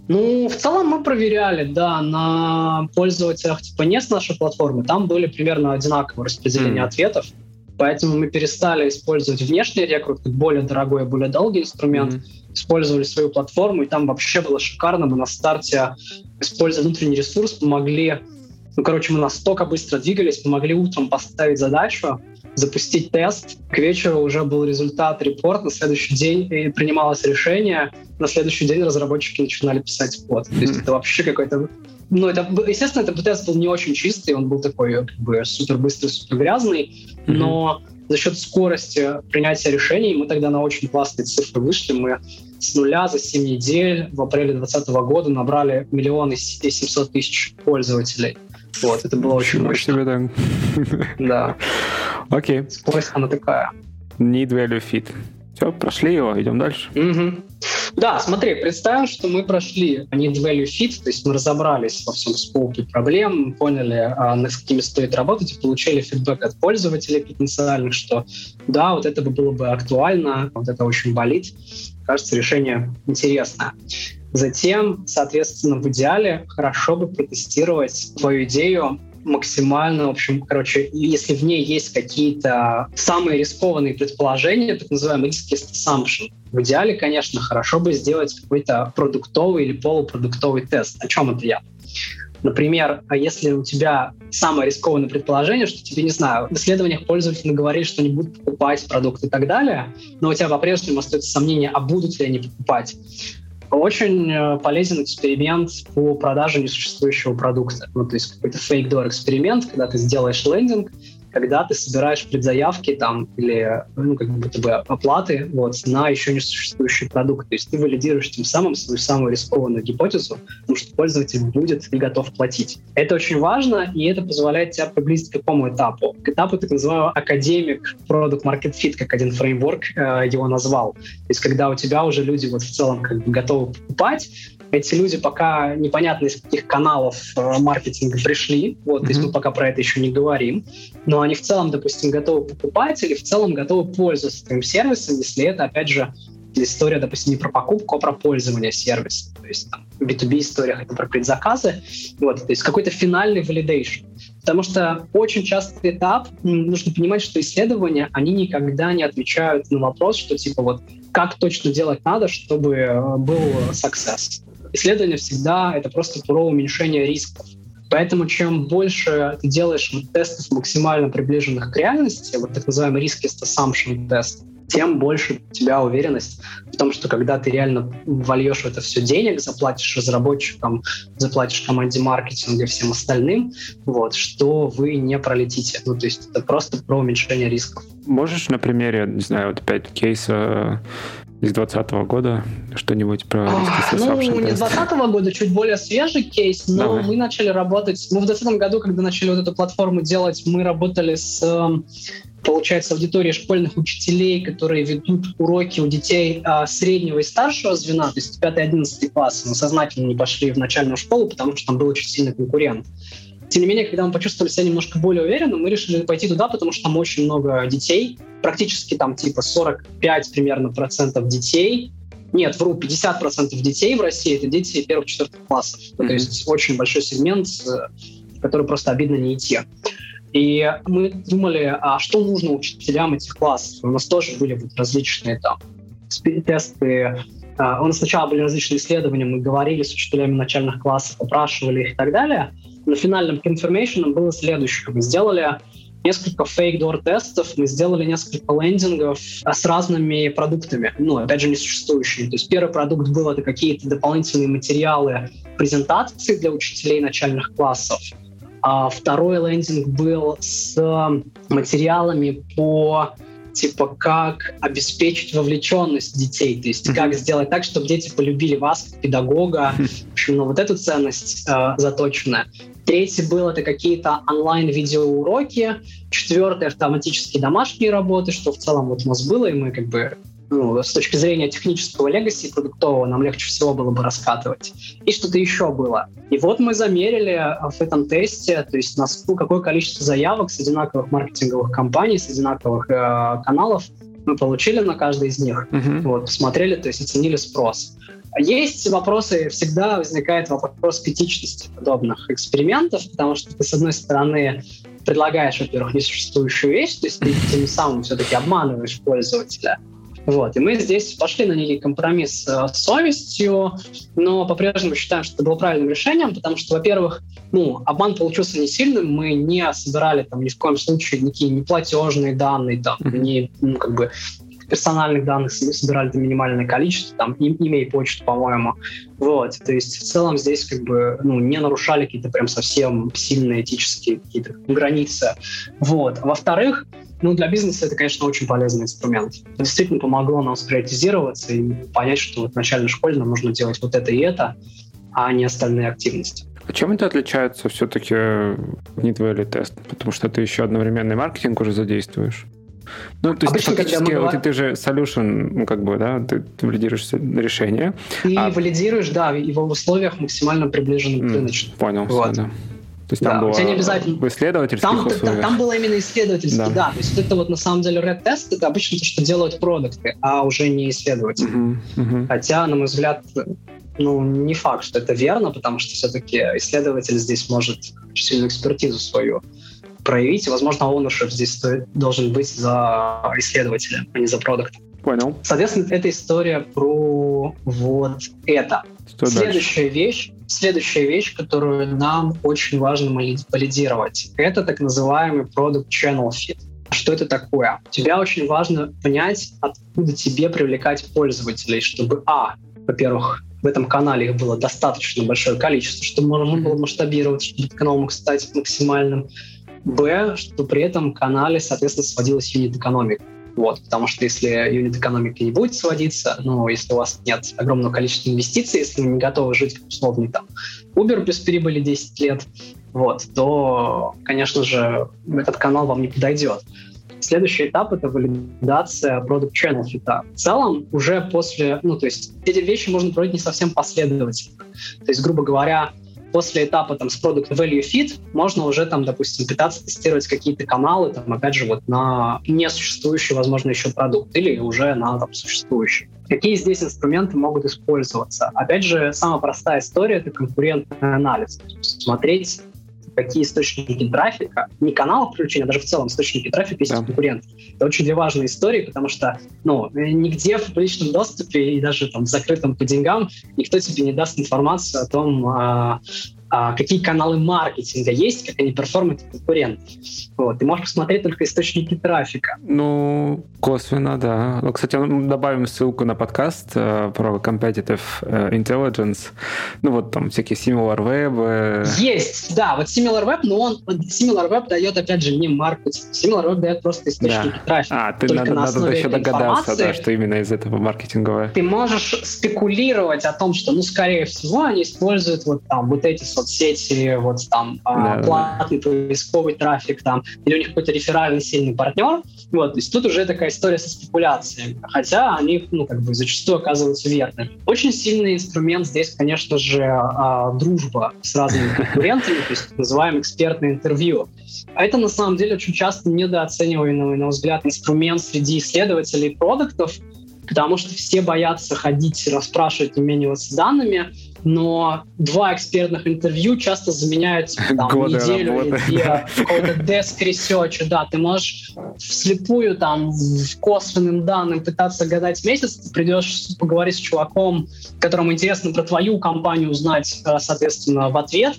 Ну, в целом мы проверяли, да, на пользователях типа не с нашей платформы, там были примерно одинаковые распределения mm. ответов, поэтому мы перестали использовать внешний рекрут, как более дорогой и более долгий инструмент, mm. использовали свою платформу, и там вообще было шикарно, мы на старте, используя внутренний ресурс, помогли, ну, короче, мы настолько быстро двигались, мы могли утром поставить задачу, запустить тест, к вечеру уже был результат, репорт, на следующий день и принималось решение, на следующий день разработчики начинали писать код. Mm-hmm. То есть это вообще какой-то... Ну, это, естественно, этот тест был не очень чистый, он был такой как бы супер быстрый, супер грязный, mm-hmm. но за счет скорости принятия решений мы тогда на очень классные цифры вышли. Мы с нуля за семь недель в апреле двадцатого года набрали миллион и семьсот тысяч пользователей. Вот, это было очень мощно. Да. Окей. Скорость она такая. Need value fit. Все, прошли его, идем дальше. Угу. Да, смотри, представим, что мы прошли need value fit, то есть мы разобрались во всем скопе проблем, поняли, а, над какими стоит работать, и получили фидбэк от пользователей потенциальных, что да, вот это было бы актуально, вот это очень болит. Кажется, решение интересное. Затем, соответственно, в идеале хорошо бы протестировать твою идею максимально, в общем, короче, если в ней есть какие-то самые рискованные предположения, так называемый risk assumption, в идеале, конечно, хорошо бы сделать какой-то продуктовый или полупродуктовый тест. О чем это я? Например, если у тебя самое рискованное предположение, что тебе, не знаю, в исследованиях пользователи говорили, что они будут покупать продукт и так далее, но у тебя по-прежнему остается сомнение, а будут ли они покупать, очень полезен эксперимент по продаже несуществующего продукта. Ну, то есть какой-то fake-door эксперимент, когда ты сделаешь лендинг, когда ты собираешь предзаявки там, или ну, как будто бы оплаты вот, на еще не существующий продукт. То есть ты валидируешь тем самым свою самую рискованную гипотезу, потому что пользователь будет не готов платить. Это очень важно, и это позволяет тебя приблизить к какому этапу? К этапу так называемого Academic Product Market Fit, как один фреймворк э, его назвал. То есть когда у тебя уже люди вот в целом как бы готовы покупать, эти люди пока непонятно из каких каналов э, маркетинга пришли, вот, mm-hmm. то есть мы пока про это еще не говорим, но они в целом, допустим, готовы покупать или в целом готовы пользоваться твоим сервисом, если это, опять же, история, допустим, не про покупку, а про пользование сервисом. То есть там, в би ту би историях это про предзаказы, вот, то есть какой-то финальный validation. Потому что очень частый этап, нужно понимать, что исследования, они никогда не отвечают на вопрос, что типа вот как точно делать надо, чтобы был success. Исследование всегда это просто про уменьшение рисков. Поэтому чем больше ты делаешь вот тестов максимально приближенных к реальности, вот так называемый risk assumption тест, тем больше у тебя уверенность в том, что когда ты реально вольешь в это все денег, заплатишь разработчикам, заплатишь команде маркетинга и всем остальным, вот, что вы не пролетите. Ну, то есть это просто про уменьшение рисков. Можешь на примере, не знаю, вот опять кейса из двадцатого года что-нибудь про risk assumption? Ну, не двадцатого года, чуть более свежий кейс, но Давай. мы начали работать... Мы в двадцатом году, когда начали вот эту платформу делать, мы работали с, получается, аудиторией школьных учителей, которые ведут уроки у детей а, среднего и старшего звена, то есть пятый-одиннадцатый класс. Мы сознательно не пошли в начальную школу, потому что там был очень сильный конкурент. Тем не менее, когда мы почувствовали себя немножко более уверенно, мы решили пойти туда, потому что там очень много детей, практически там типа сорок пять примерно процентов детей. Нет, вру, пятьдесят процентов детей в России — это дети первых-четвертых классов. Mm-hmm. То есть очень большой сегмент, в который просто обидно не идти. И мы думали, а что нужно учителям этих классов? У нас тоже были вот различные там тесты. У нас сначала были различные исследования, мы говорили с учителями начальных классов, опрашивали их и так далее. Но финальным confirmation было следующее. Мы сделали несколько fake-door тестов, мы сделали несколько лендингов с разными продуктами, ну, опять же, несуществующими. То есть первый продукт был это какие-то дополнительные материалы презентации для учителей начальных классов. А второй лендинг был с материалами по типа как обеспечить вовлеченность детей, то есть mm-hmm. как сделать так, чтобы дети полюбили вас как педагога, в общем, ну, вот эту ценность э, заточенная. Третий был это какие-то онлайн-видеоуроки. Четвертый — автоматические домашние работы, что в целом вот у нас было, и мы как бы ну, с точки зрения технического легаси и продуктового нам легче всего было бы раскатывать. И что-то еще было. И вот мы замерили в этом тесте, то есть насколько, какое количество заявок с одинаковых маркетинговых компаний, с одинаковых э, каналов мы получили на каждый из них, uh-huh. вот, посмотрели, то есть оценили спрос. Есть вопросы, всегда возникает вопрос критичности подобных экспериментов, потому что ты, с одной стороны, предлагаешь, во-первых, несуществующую вещь, то есть ты тем самым все-таки обманываешь пользователя. Вот. И мы здесь пошли на некий компромисс с совестью, но по-прежнему считаем, что это было правильным решением, потому что, во-первых, ну, обман получился не сильным, мы не собирали там ни в коем случае никакие неплатежные данные, там, mm-hmm. не, ну, как бы, персональных данных собирали это минимальное количество, там, имя и почту, по-моему. Вот. То есть в целом здесь как бы ну, не нарушали какие-то прям совсем сильные этические какие-то границы. Вот. Во-вторых, ну, для бизнеса это, конечно, очень полезный инструмент. Это действительно помогло нам сприоритизироваться и понять, что вот в начальной школе нам нужно делать вот это и это, а не остальные активности. А чем это отличается все-таки Need Value тест? Потому что ты еще одновременный маркетинг уже задействуешь. Ну, то есть Обычно, фактически говорим... вот ты же solution, ну, как бы, да, ты, ты валидируешь решение. Ты а... валидируешь, да, его в условиях максимально приближенных к рыночным. Понял, вот. Да. То есть да, там было не обязательно... в исследовательских там, условиях. Там было именно исследовательский, да. да. То есть это вот на самом деле Red Test, это обычно то, что делают продукты, а уже не исследователи. Uh-huh, uh-huh. Хотя, на мой взгляд, ну, не факт, что это верно, потому что все-таки исследователь здесь может очень сильную экспертизу свою проявить, и, возможно, ownership здесь стоит, должен быть за исследователя, а не за продукт. Понял. Соответственно, эта история про вот это. Что следующая дальше? вещь, следующая вещь, которую нам очень важно валидировать, это так называемый Product Channel Fit. Что это такое? Тебе очень важно понять, откуда тебе привлекать пользователей, чтобы, а, во-первых, в этом канале их было достаточно большое количество, чтобы можно было масштабировать, чтобы этот канал мог стать максимальным. Б, что при этом канале, соответственно, сводилась юнит-экономика. Вот, потому что если юнит-экономика не будет сводиться, ну, если у вас нет огромного количества инвестиций, если вы не готовы жить как условный там Uber без прибыли десять лет, вот, то, конечно же, этот канал вам не подойдет. Следующий этап — это валидация Product Channel Fit. В целом, уже после, ну, то есть эти вещи можно проводить не совсем последовательно. То есть, грубо говоря, после этапа там, с Product Value Fit можно уже, там, допустим, пытаться тестировать какие-то каналы, там, опять же, вот на несуществующий, возможно, еще продукт или уже на там, существующий. Какие здесь инструменты могут использоваться? Опять же, самая простая история — это конкурентный анализ. Смотреть, какие источники трафика, не каналы привлечения, а даже в целом источники трафика есть да. конкуренты. Это очень две важные истории, потому что ну, нигде в публичном доступе и даже там, в закрытом по деньгам никто тебе не даст информацию о том, а, а, какие каналы маркетинга есть, как они перформят конкурентов. Вот. Ты можешь посмотреть только источники трафика. Ну, косвенно, да. Кстати, добавим ссылку на подкаст э, про Competitive Intelligence. Ну, вот там всякие SimilarWeb. Есть, да. Вот SimilarWeb, но он SimilarWeb дает, опять же, не маркетинг. SimilarWeb дает просто источники да. трафика. А, ты надо, надо еще догадаться, да, что именно из этого маркетинговое. Ты можешь спекулировать о том, что, ну, скорее всего, они используют вот там вот эти соцсети, вот там да, платный да. поисковый трафик, там, или у них какой-то реферальный сильный партнер. Вот, то есть тут уже такая история со спекуляциями. Хотя они, ну, как бы зачастую оказываются верными. Очень сильный инструмент здесь, конечно же, а, дружба с разными конкурентами, то есть так называемое экспертное интервью. А это, на самом деле, очень часто недооцениваемый, на мой взгляд, инструмент среди исследователей продуктов, потому что все боятся ходить, расспрашивать, обмениваться данными, но два экспертных интервью часто заменяют там, неделю работы. Или две какого-то desk research. Да, ты можешь вслепую там, в косвенным данным пытаться гадать месяц, ты придешь поговорить с чуваком, которому интересно про твою компанию узнать, соответственно, в ответ,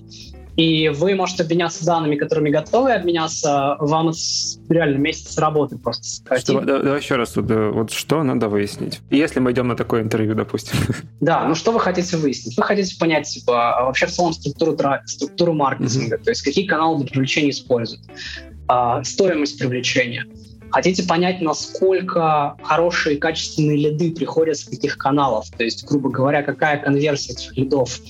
и вы можете обменяться данными, которыми готовы обменяться, вам реально месяц работы просто сократит. Что, давай еще раз, вот, вот что надо выяснить, если мы идем на такое интервью, допустим. Да, ну что вы хотите выяснить? Вы хотите понять, типа, вообще в целом структуру, структуру маркетинга, mm-hmm. то есть какие каналы для привлечения используют, а, стоимость привлечения. Хотите понять, насколько хорошие и качественные лиды приходят с каких каналов, то есть, грубо говоря, какая конверсия этих лидов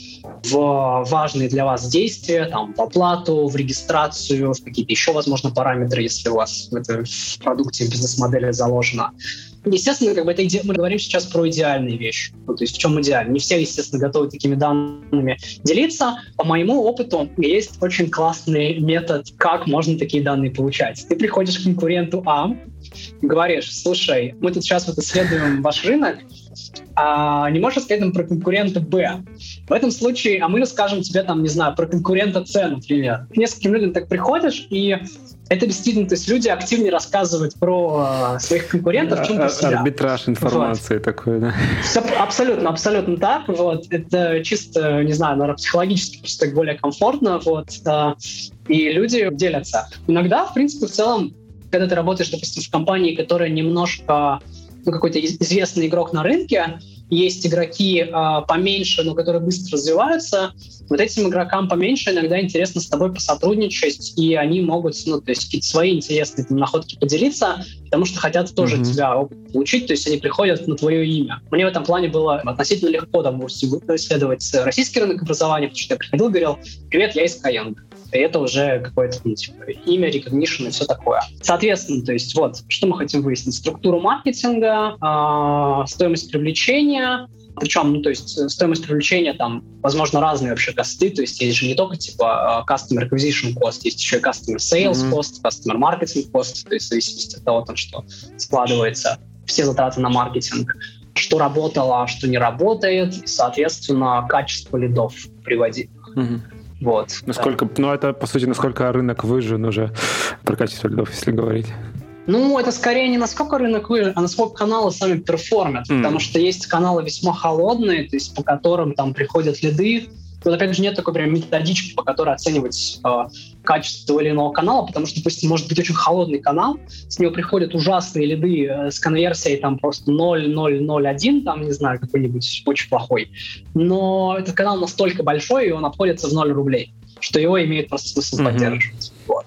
в важные для вас действия, там, в оплату, в регистрацию, в какие-то еще, возможно, параметры, если у вас в, это, в продукте в бизнес-модели заложено. Естественно, как бы это иде... мы говорим сейчас про идеальные вещи. Ну, то есть в чем идеально? Не все, естественно, готовы такими данными делиться. По моему опыту есть очень классный метод, как можно такие данные получать. Ты приходишь к конкуренту А, говоришь, слушай, мы тут сейчас вот исследуем ваш рынок, а не можешь сказать нам про конкурента Б. В этом случае, а мы расскажем тебе, там, не знаю, про конкурента С, например. К нескольким людям так приходишь, и это действительно, то есть люди активнее рассказывают про э, своих конкурентов, чем про себя. Арбитраж информации вот. Такой, да? Все абсолютно, абсолютно так. Вот. Это чисто, не знаю, наверное, психологически просто так более комфортно. Вот. Э, и люди делятся. Иногда, в принципе, в целом, когда ты работаешь, допустим, в компании, которая немножко, ну, какой-то известный игрок на рынке, есть игроки э, поменьше, но которые быстро развиваются, вот этим игрокам поменьше иногда интересно с тобой посотрудничать, и они могут, ну, то есть какие-то свои интересные там, находки поделиться, потому что хотят тоже mm-hmm. тебя опыт получить, то есть они приходят на твое имя. Мне в этом плане было относительно легко там, исследовать российский рынок образования, потому что я приходил и говорил: «Привет, я из Skyeng». И это уже какое-то, ну, типа, имя, recognition и все такое. Соответственно, то есть вот, что мы хотим выяснить? Структуру маркетинга, э, стоимость привлечения, причем, ну, то есть стоимость привлечения, там, возможно, разные вообще косты, то есть есть же не только, типа, customer acquisition cost, есть еще и customer sales mm-hmm. cost, customer marketing cost, то есть в зависимости от того, там, что складывается, все затраты на маркетинг, что работало, что не работает, и, соответственно, качество лидов приводить. Mm-hmm. Вот. Насколько, да. Ну, это, по сути, насколько рынок выжжен уже про качество лидов, если говорить. Ну, это скорее не насколько рынок выжжен, а насколько каналы сами перформят. Mm. Потому что есть каналы весьма холодные, то есть по которым там приходят лиды. Тут, опять же, нет такой прям методички, по которой оценивать э, качество того или иного канала, потому что, допустим, может быть очень холодный канал, с него приходят ужасные лиды э, с конверсией там просто ноль ноль ноль один, там, не знаю, какой-нибудь очень плохой. Но этот канал настолько большой, и он обходится в ноль рублей, что его имеет просто смысл mm-hmm. поддерживать. Вот.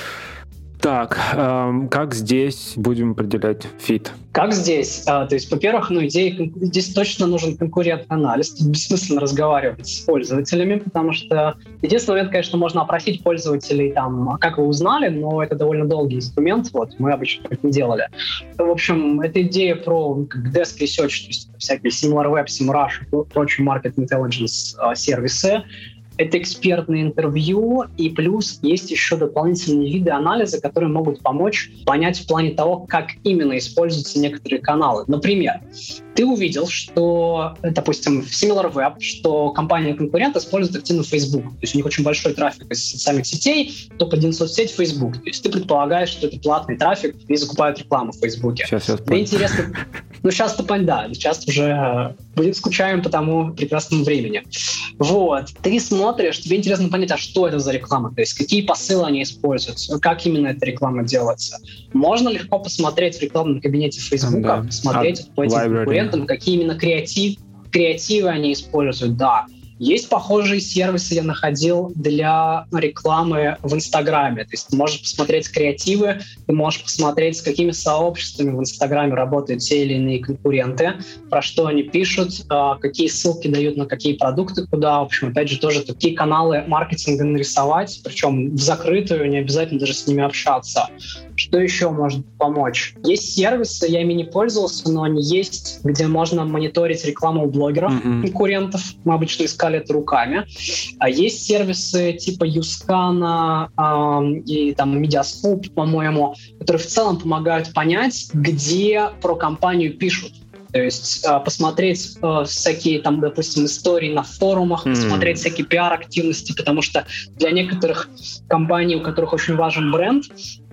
Так, эм, как здесь будем определять фит? Как здесь? А, то есть, во-первых, ну, идея, здесь точно нужен конкурентный анализ. Тут бессмысленно разговаривать с пользователями, потому что единственный момент, конечно, можно опросить пользователей, там, как вы узнали, но это довольно долгий инструмент, вот, мы обычно так не делали. В общем, это идея про как desk research, то есть всякие SimilarWeb, SEMrush и прочие market intelligence а, сервисы. Это экспертные интервью, и плюс есть еще дополнительные виды анализа, которые могут помочь понять в плане того, как именно используются некоторые каналы. Например, ты увидел, что, допустим, в SimilarWeb, что компания-конкурент использует активно Facebook. То есть у них очень большой трафик из социальных сетей, топ-один соцсеть Facebook. То есть ты предполагаешь, что это платный трафик, и закупают рекламу в Facebook. Сейчас, сейчас. Тебе интересно... Ну, сейчас-то, да, сейчас уже будем скучаем по тому прекрасному времени. Вот. Ты смотришь, тебе интересно понять, а что это за реклама, то есть какие посылы они используют, как именно эта реклама делается. Можно легко посмотреть в рекламном кабинете Facebook, да. посмотреть а, по этим library. конкурентам, какие именно креатив, креативы они используют, да. Есть похожие сервисы, я находил, для рекламы в Инстаграме. То есть ты можешь посмотреть креативы, ты можешь посмотреть, с какими сообществами в Инстаграме работают те или иные конкуренты, про что они пишут, какие ссылки дают на какие продукты, куда. В общем, опять же, тоже такие каналы маркетинга нарисовать, причем в закрытую, не обязательно даже с ними общаться. Что еще может помочь? Есть сервисы, я ими не пользовался, но они есть, где можно мониторить рекламу у блогеров, mm-hmm. конкурентов. Мы обычно искали это руками. А есть сервисы типа Юскана э, и там Mediascope, по-моему, которые в целом помогают понять, где про компанию пишут. То есть э, посмотреть э, всякие, там, допустим, истории на форумах, mm. посмотреть всякие пиар-активности, потому что для некоторых компаний, у которых очень важен бренд,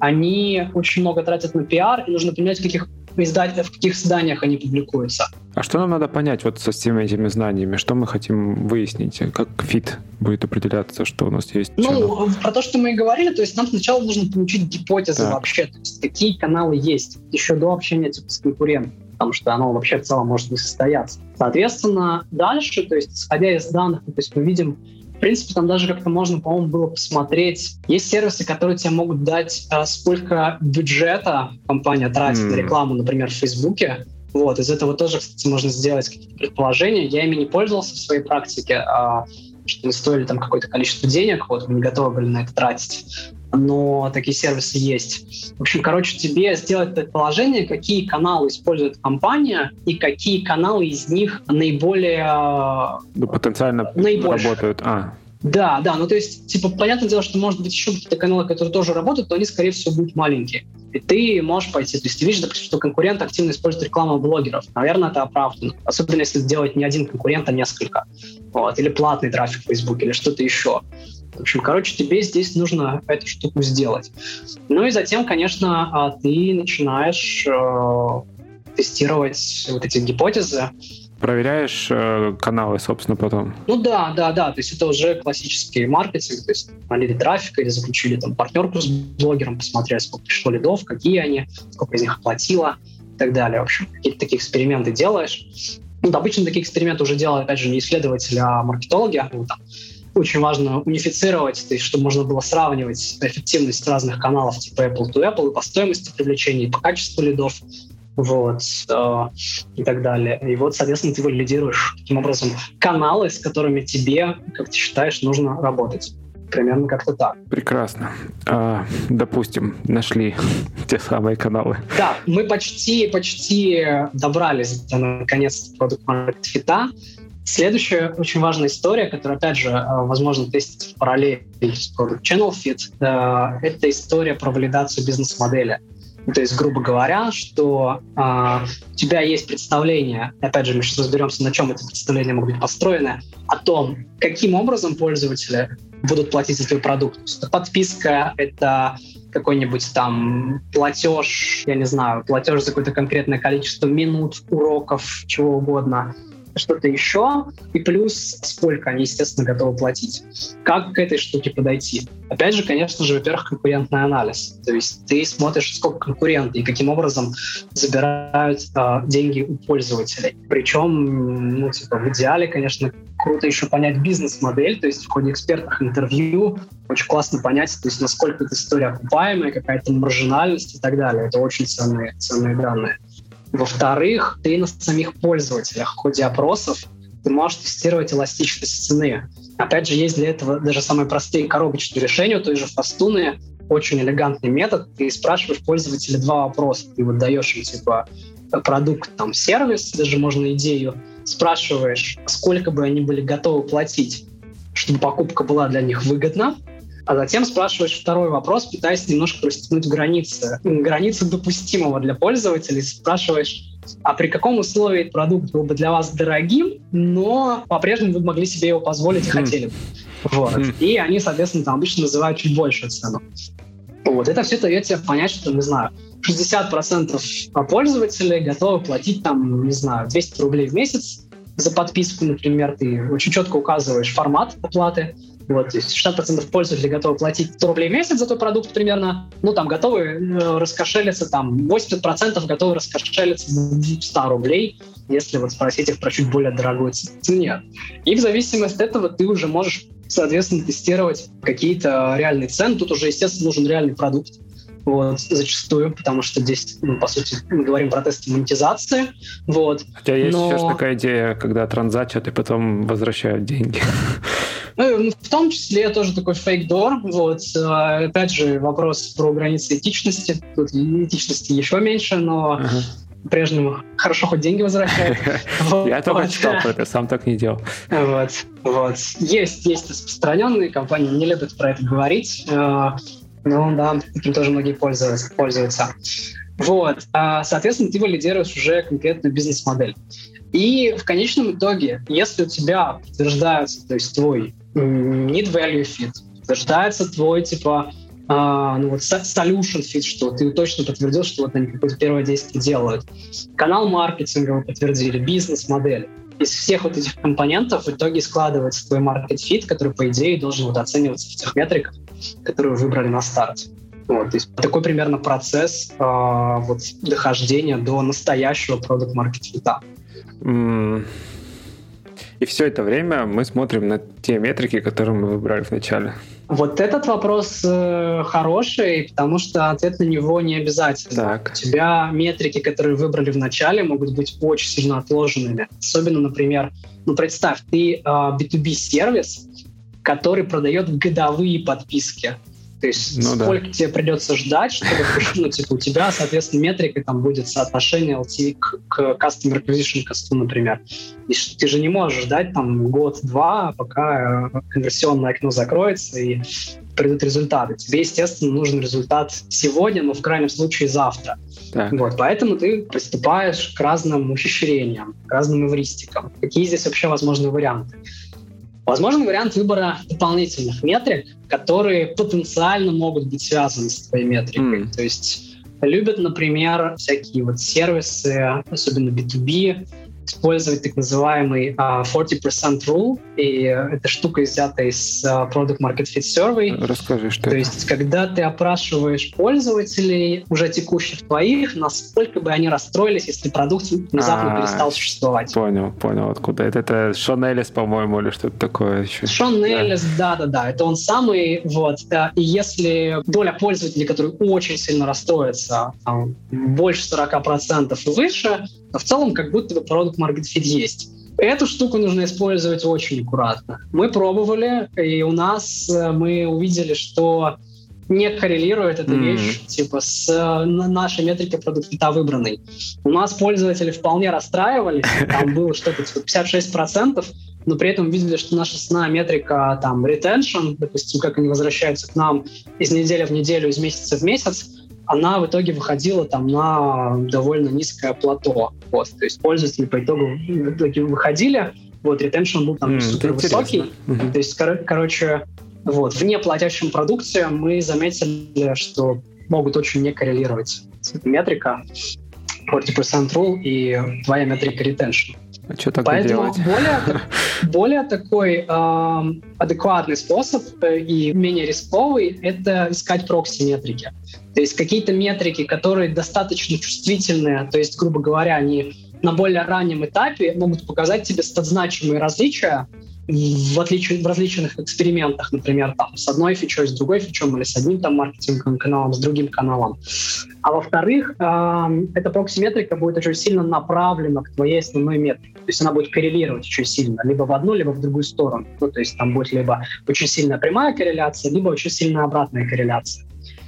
они очень много тратят на пиар, и нужно понимать, в каких, издателях, в каких изданиях они публикуются. А что нам надо понять вот со всеми этими знаниями? Что мы хотим выяснить? Как фит будет определяться, что у нас есть? Ну, channel? Про то, что мы и говорили, то есть нам сначала нужно получить гипотезы так. вообще, то есть какие каналы есть, еще до общения типа, с конкурентом, потому что оно вообще в целом может не состояться. Соответственно, дальше, то есть исходя из данных, то есть мы видим, в принципе, там даже как-то можно, по-моему, было посмотреть. Есть сервисы, которые тебе могут дать, а, сколько бюджета компания тратит mm. на рекламу, например, в Фейсбуке. Вот, из этого тоже, кстати, можно сделать какие-то предположения. Я ими не пользовался в своей практике, а, что они стоили там какое-то количество денег, вот, мы не готовы были на это тратить. Но такие сервисы есть. В общем, короче, тебе сделать предположение, какие каналы использует компания и какие каналы из них наиболее... Ну, потенциально наибольшие. Работают. А. Да, да, ну то есть, типа, понятное дело, что может быть еще какие-то каналы, которые тоже работают, но они, скорее всего, будут маленькие. И ты можешь пойти, то есть ты видишь, допустим, что конкурент активно использует рекламу блогеров. Наверное, это оправдано. Особенно если делать не один конкурент, а несколько. Вот. Или платный трафик в Facebook, или что-то еще. В общем, короче, тебе здесь нужно эту штуку сделать. Ну и затем, конечно, ты начинаешь э, тестировать вот эти гипотезы. Проверяешь э, каналы, собственно, потом? Ну да, да, да. То есть это уже классический маркетинг. То есть налили трафик или заключили там партнерку с блогером, посмотрели, сколько пришло лидов, какие они, сколько из них оплатило и так далее. В общем, какие-то такие эксперименты делаешь. Ну, обычно такие эксперименты уже делают, опять же, не исследователи, а маркетологи. Ну, там, очень важно унифицировать, то есть чтобы можно было сравнивать эффективность разных каналов типа Apple to Apple и по стоимости привлечения, и по качеству лидов. Вот, э, и так далее. И вот, соответственно, ты валидируешь таким образом каналы, с которыми тебе, как ты считаешь, нужно работать. Примерно как-то так. Прекрасно. А, допустим, нашли те самые каналы. Да, мы почти, почти добрались до, наконец, продукт-маркет-фита. Следующая очень важная история, которая, опять же, возможно, тестить в параллели с Product Channel Fit, это история про валидацию бизнес-модели. То есть, грубо говоря, что э, у тебя есть представление, опять же, мы сейчас разберемся, на чем это представление могут быть построены, о том, каким образом пользователи будут платить за твой продукт. То есть, это подписка, это какой-нибудь там платеж, я не знаю, платеж за какое-то конкретное количество минут, уроков, чего угодно, что-то еще, и плюс сколько они, естественно, готовы платить. Как к этой штуке подойти? Опять же, конечно же, во-первых, конкурентный анализ. То есть ты смотришь, сколько конкуренты и каким образом забирают э, деньги у пользователей. Причем, ну, типа, в идеале, конечно, круто еще понять бизнес-модель, то есть в ходе экспертных интервью очень классно понять, то есть насколько эта история окупаемая, какая-то маржинальность и так далее. Это очень ценные, ценные данные. Во-вторых, ты на самих пользователях в ходе опросов ты можешь тестировать эластичность цены. Опять же, есть для этого даже самые простые коробочные решения, той же Фастуны, очень элегантный метод. Ты спрашиваешь пользователя два вопроса. Ты вот даешь им типа продукт, там, сервис, даже можно идею, спрашиваешь, сколько бы они были готовы платить, чтобы покупка была для них выгодна. А затем спрашиваешь второй вопрос, пытаясь немножко растянуть границы, границы допустимого для пользователей. Спрашиваешь, а при каком условии продукт был бы для вас дорогим, но по-прежнему вы могли себе его позволить и хотели бы. Вот. И они, соответственно, там обычно называют чуть большую цену. Вот. Это все дает тебе понять, что, не знаю, шестьдесят процентов пользователей готовы платить, там, не знаю, двести рублей в месяц за подписку, например. Ты очень четко указываешь формат оплаты. Вот, то есть шестьдесят процентов пользователей готовы платить сто рублей в месяц за твой продукт примерно, ну, там, готовы э, раскошелиться, там, восемьдесят процентов готовы раскошелиться за сто рублей, если вот спросить их про чуть более дорогую цену. И в зависимости от этого ты уже можешь, соответственно, тестировать какие-то реальные цены. Тут уже, естественно, нужен реальный продукт, вот, зачастую, потому что здесь, ну, по сути, мы говорим про тесты монетизации. Вот. Хотя есть Но... сейчас такая идея, когда транзачат и потом возвращают деньги. Ну, в том числе тоже такой фейк-дор. Вот. Опять же, вопрос про границы этичности. Тут этичности еще меньше, но ага. по-прежнему хорошо хоть деньги возвращают. Я только читал про это, сам так не делал. Вот, вот. Есть, есть распространенные, компании не любят про это говорить. Ну да, этим тоже многие пользуются. пользуются. Вот. Соответственно, ты валидируешь уже конкретную бизнес-модель. И в конечном итоге, если у тебя подтверждается, то есть твой need value fit, подтверждается твой типа э, ну, вот solution fit, что ты точно подтвердил, что вот они какое-то первое действие делают. Канал маркетинга вы подтвердили, бизнес-модель. Из всех вот этих компонентов в итоге складывается твой market fit, который, по идее, должен вот оцениваться в тех метриках, которые вы выбрали на старте. Вот, то есть такой примерно процесс э, вот, дохождения до настоящего product market fit. Mm. И все это время мы смотрим на те метрики, которые мы выбрали в начале. Вот этот вопрос э, хороший, потому что ответ на него не обязательно. Так. У тебя метрики, которые выбрали в начале, могут быть очень сильно отложенными. Особенно, например, ну представь, ты э, би ту би сервис, который продает годовые подписки. То есть ну, сколько да. тебе придется ждать, чтобы ну, типа, у тебя, соответственно, метрика там будет соотношение эл ти ви к, к Customer Acquisition Cost, например. И ты же не можешь ждать там год-два, пока конверсионное окно закроется и придут результаты. Тебе, естественно, нужен результат сегодня, но в крайнем случае завтра. Вот, поэтому ты приступаешь к разным ухищрениям, к разным эвристикам. Какие здесь вообще возможны варианты? Возможен вариант выбора дополнительных метрик, которые потенциально могут быть связаны с твоей метрикой. Mm. То есть любят, например, всякие вот сервисы, особенно би ту би, использовать так называемый uh, сорок процентов rule, и эта штука взята из uh, Product Market Fit Survey. Расскажи, что То это. есть, когда ты опрашиваешь пользователей, уже текущих твоих, насколько бы они расстроились, если продукт внезапно А, перестал существовать. Понял, понял, откуда. Это, это Шон Эллис, по-моему, или что-то такое еще. Шон Эллис, да. да-да-да, это он самый, вот. И если доля пользователей, которые очень сильно расстроятся, там, больше сорок процентов и выше, то в целом как будто бы Product Market Fit есть. Эту штуку нужно использовать очень аккуратно. Мы пробовали, и у нас мы увидели, что не коррелирует эта mm-hmm. вещь типа с нашей метрикой продукт-фита выбранной. У нас пользователи вполне расстраивались, там было что-то типа пятьдесят шесть процентов, но при этом видели, что наша основная метрика, там, retention, допустим, как они возвращаются к нам из недели в неделю, из месяца в месяц, она в итоге выходила там на довольно низкое плато. Вот. То есть пользователи по итогу в итоге выходили, вот, ретеншн был там mm, супер высокий. Mm-hmm. То есть, кор- короче, вот, в неплатящем продукте мы заметили, что могут очень не коррелировать метрика сорок процентов rule и твоя метрика retention. А что так Поэтому делать? более, более такой э, адекватный способ и менее рисковый — это искать прокси-метрики. То есть какие-то метрики, которые достаточно чувствительные, то есть, грубо говоря, они на более раннем этапе могут показать тебе стат-значимые различия в, отлич... в различных экспериментах, например, там, с одной фичой, с другой фичой, или с одним там маркетинговым каналом, с другим каналом. А во-вторых, э, эта прокси-метрика будет очень сильно направлена к твоей основной метрике. То есть она будет коррелировать очень сильно, либо в одну, либо в другую сторону. Ну, то есть там будет либо очень сильная прямая корреляция, либо очень сильная обратная корреляция.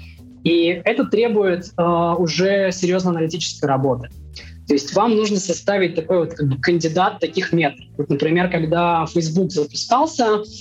И это требует э, уже серьезной аналитической работы. То есть вам нужно составить такой вот как бы кандидат таких метрик. Вот, например, когда Facebook запускался, э,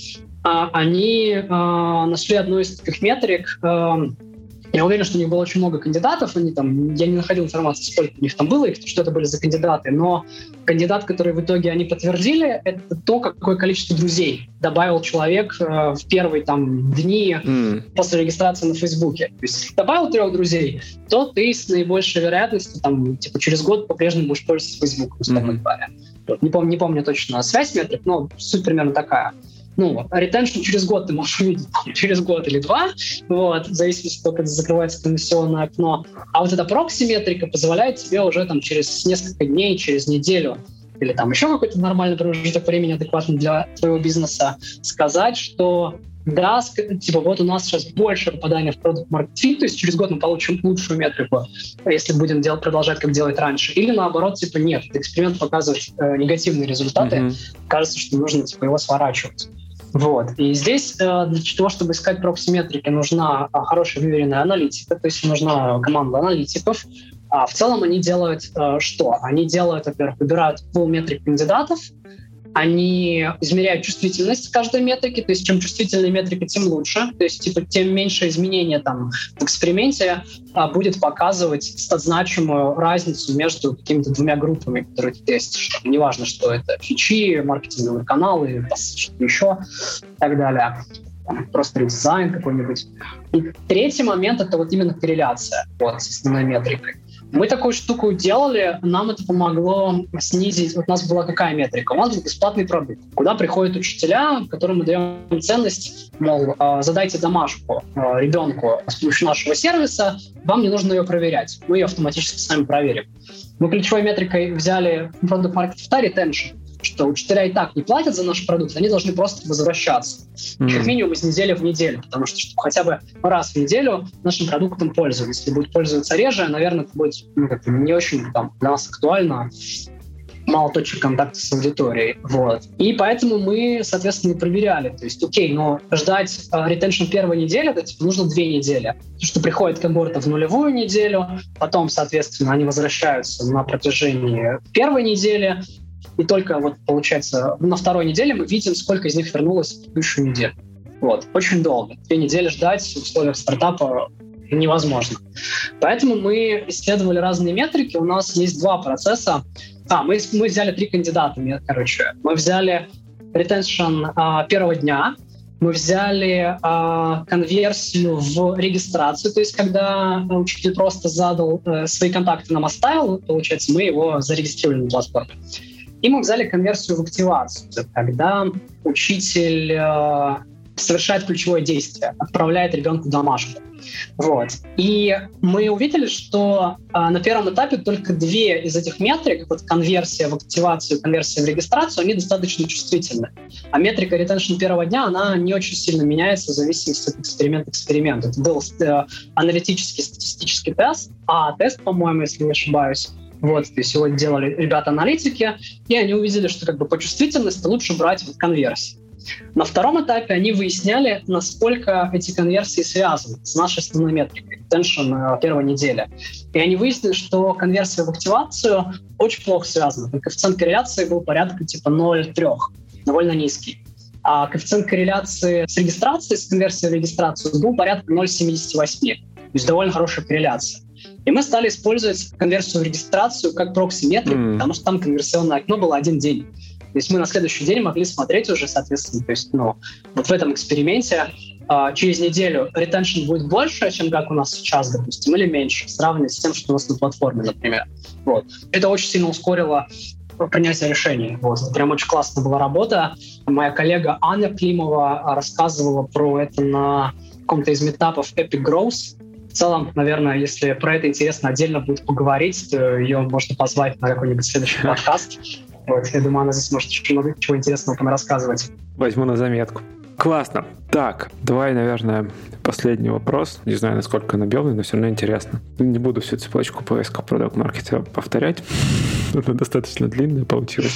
они э, нашли одну из таких метрик. Э, я уверен, что у них было очень много кандидатов. Они там, я не находил информации, сколько у них там было, и что это были за кандидаты. Но кандидат, который в итоге они подтвердили, это то, какое количество друзей добавил человек э, в первые там дни mm. после регистрации на Фейсбуке. То есть, если добавил трех друзей, то ты с наибольшей вероятностью там, типа, через год по-прежнему будешь пользоваться Фейсбуком, условно mm-hmm. говоря. Вот, не, помню, не помню точно связь метрик, но суть примерно такая. Ну, ретеншн через год ты можешь увидеть, через год или два, вот, в зависимости от того, как закрывается конверсионное окно. А вот эта прокси-метрика позволяет тебе уже там через несколько дней, через неделю или там еще какой-то нормальный промежуток времени, адекватный для твоего бизнеса, сказать, что да, типа вот у нас сейчас больше попадания в Product Market Fit, то есть через год мы получим лучшую метрику, если будем делать, продолжать как делать раньше. Или наоборот, типа нет, этот эксперимент показывает э, негативные результаты, mm-hmm. кажется, что нужно типа его сворачивать. Вот. И здесь э, для того, чтобы искать прокси-метрики, нужна э, хорошая выверенная аналитика, то есть нужна команда аналитиков. А в целом они делают э, что? Они делают, во-первых, выбирают пул метрик кандидатов, они измеряют чувствительность каждой метрики, то есть чем чувствительнее метрика, тем лучше, то есть типа тем меньше изменения там в эксперименте а, будет показывать стат-значимую разницу между какими-то двумя группами, которые ты тестишь. Неважно, что это фичи, маркетинговые каналы, что-то еще и так далее. Там, просто редизайн какой-нибудь. И третий момент — это вот именно корреляция вот, с основной метрикой. Мы такую штуку делали, нам это помогло снизить... Вот у нас была какая метрика? У нас был бесплатный продукт, куда приходят учителя, которым мы даем ценность, мол, задайте домашку ребенку с помощью нашего сервиса, вам не нужно ее проверять, мы ее автоматически сами проверим. Мы ключевой метрикой взяли Product Market Fit retention, что учителя и так не платят за наш продукт, они должны просто возвращаться. Mm-hmm. Как минимум из недели в неделю, потому что, что хотя бы раз в неделю нашим продуктом пользоваться. Если будет пользоваться реже, наверное, это будет ну, как-то не очень там, для нас актуально. мало точек контакта с аудиторией. Вот. И поэтому мы, соответственно, проверяли. То есть, окей, но ждать ретеншн первой недели, это типа, нужно две недели. Потому что приходит когорта в нулевую неделю, потом, соответственно, они возвращаются на протяжении первой недели, и только вот, получается, на второй неделе мы видим, сколько из них вернулось в предыдущую неделю. Вот. Очень долго. Две недели ждать в условиях стартапа невозможно. Поэтому мы исследовали разные метрики. У нас есть два процесса. А, мы, мы взяли три кандидата, короче. Мы взяли ретеншн а, первого дня, мы взяли а, конверсию в регистрацию, то есть когда учитель просто задал э, свои контакты, нам оставил, получается, мы его зарегистрировали на платформе. И мы взяли конверсию в активацию, когда учитель э, совершает ключевое действие, отправляет ребенку домашку. Вот. И мы увидели, что а, на первом этапе только две из этих метрик, вот конверсия в активацию, конверсия в регистрацию, они достаточно чувствительны. А метрика ретеншн первого дня, она не очень сильно меняется в зависимости от эксперимента к эксперименту. Это был э, аналитический статистический тест, а тест, по-моему, если не ошибаюсь. Вот, то есть его делали ребята-аналитики, и они увидели, что как бы по чувствительности лучше брать вот конверсии. На втором этапе они выясняли, насколько эти конверсии связаны с нашей основной метрикой, ретеншн первой недели. И они выяснили, что конверсия в активацию очень плохо связана. Коэффициент корреляции был порядка типа ноль целых три, довольно низкий. А коэффициент корреляции с регистрацией, с конверсией в регистрацию был порядка ноль целых семьдесят восемь. То есть довольно хорошая корреляция. И мы стали использовать конверсию в регистрацию как прокси-метрик, mm. потому что там конверсионное окно было один день. То есть мы на следующий день могли смотреть уже, соответственно, то есть, ну, вот в этом эксперименте э, через неделю ретеншн будет больше, чем как у нас сейчас, допустим, или меньше, сравнивая с тем, что у нас на платформе, например. Вот. Это очень сильно ускорило принятие решений. Вот. Прям очень классная была работа. Моя коллега Аня Климова рассказывала про это на каком-то из митапов Epic Growth. В целом, наверное, если про это интересно отдельно будет поговорить, то ее можно позвать на какой-нибудь следующий подкаст. Вот, я думаю, она здесь может очень много чего интересного там рассказывать. Возьму на заметку. Классно. Так, давай, наверное, последний вопрос. Не знаю, насколько он объемный, но все равно интересно. Не буду всю цепочку поиска продакт-маркета повторять. Это достаточно длинная получилась.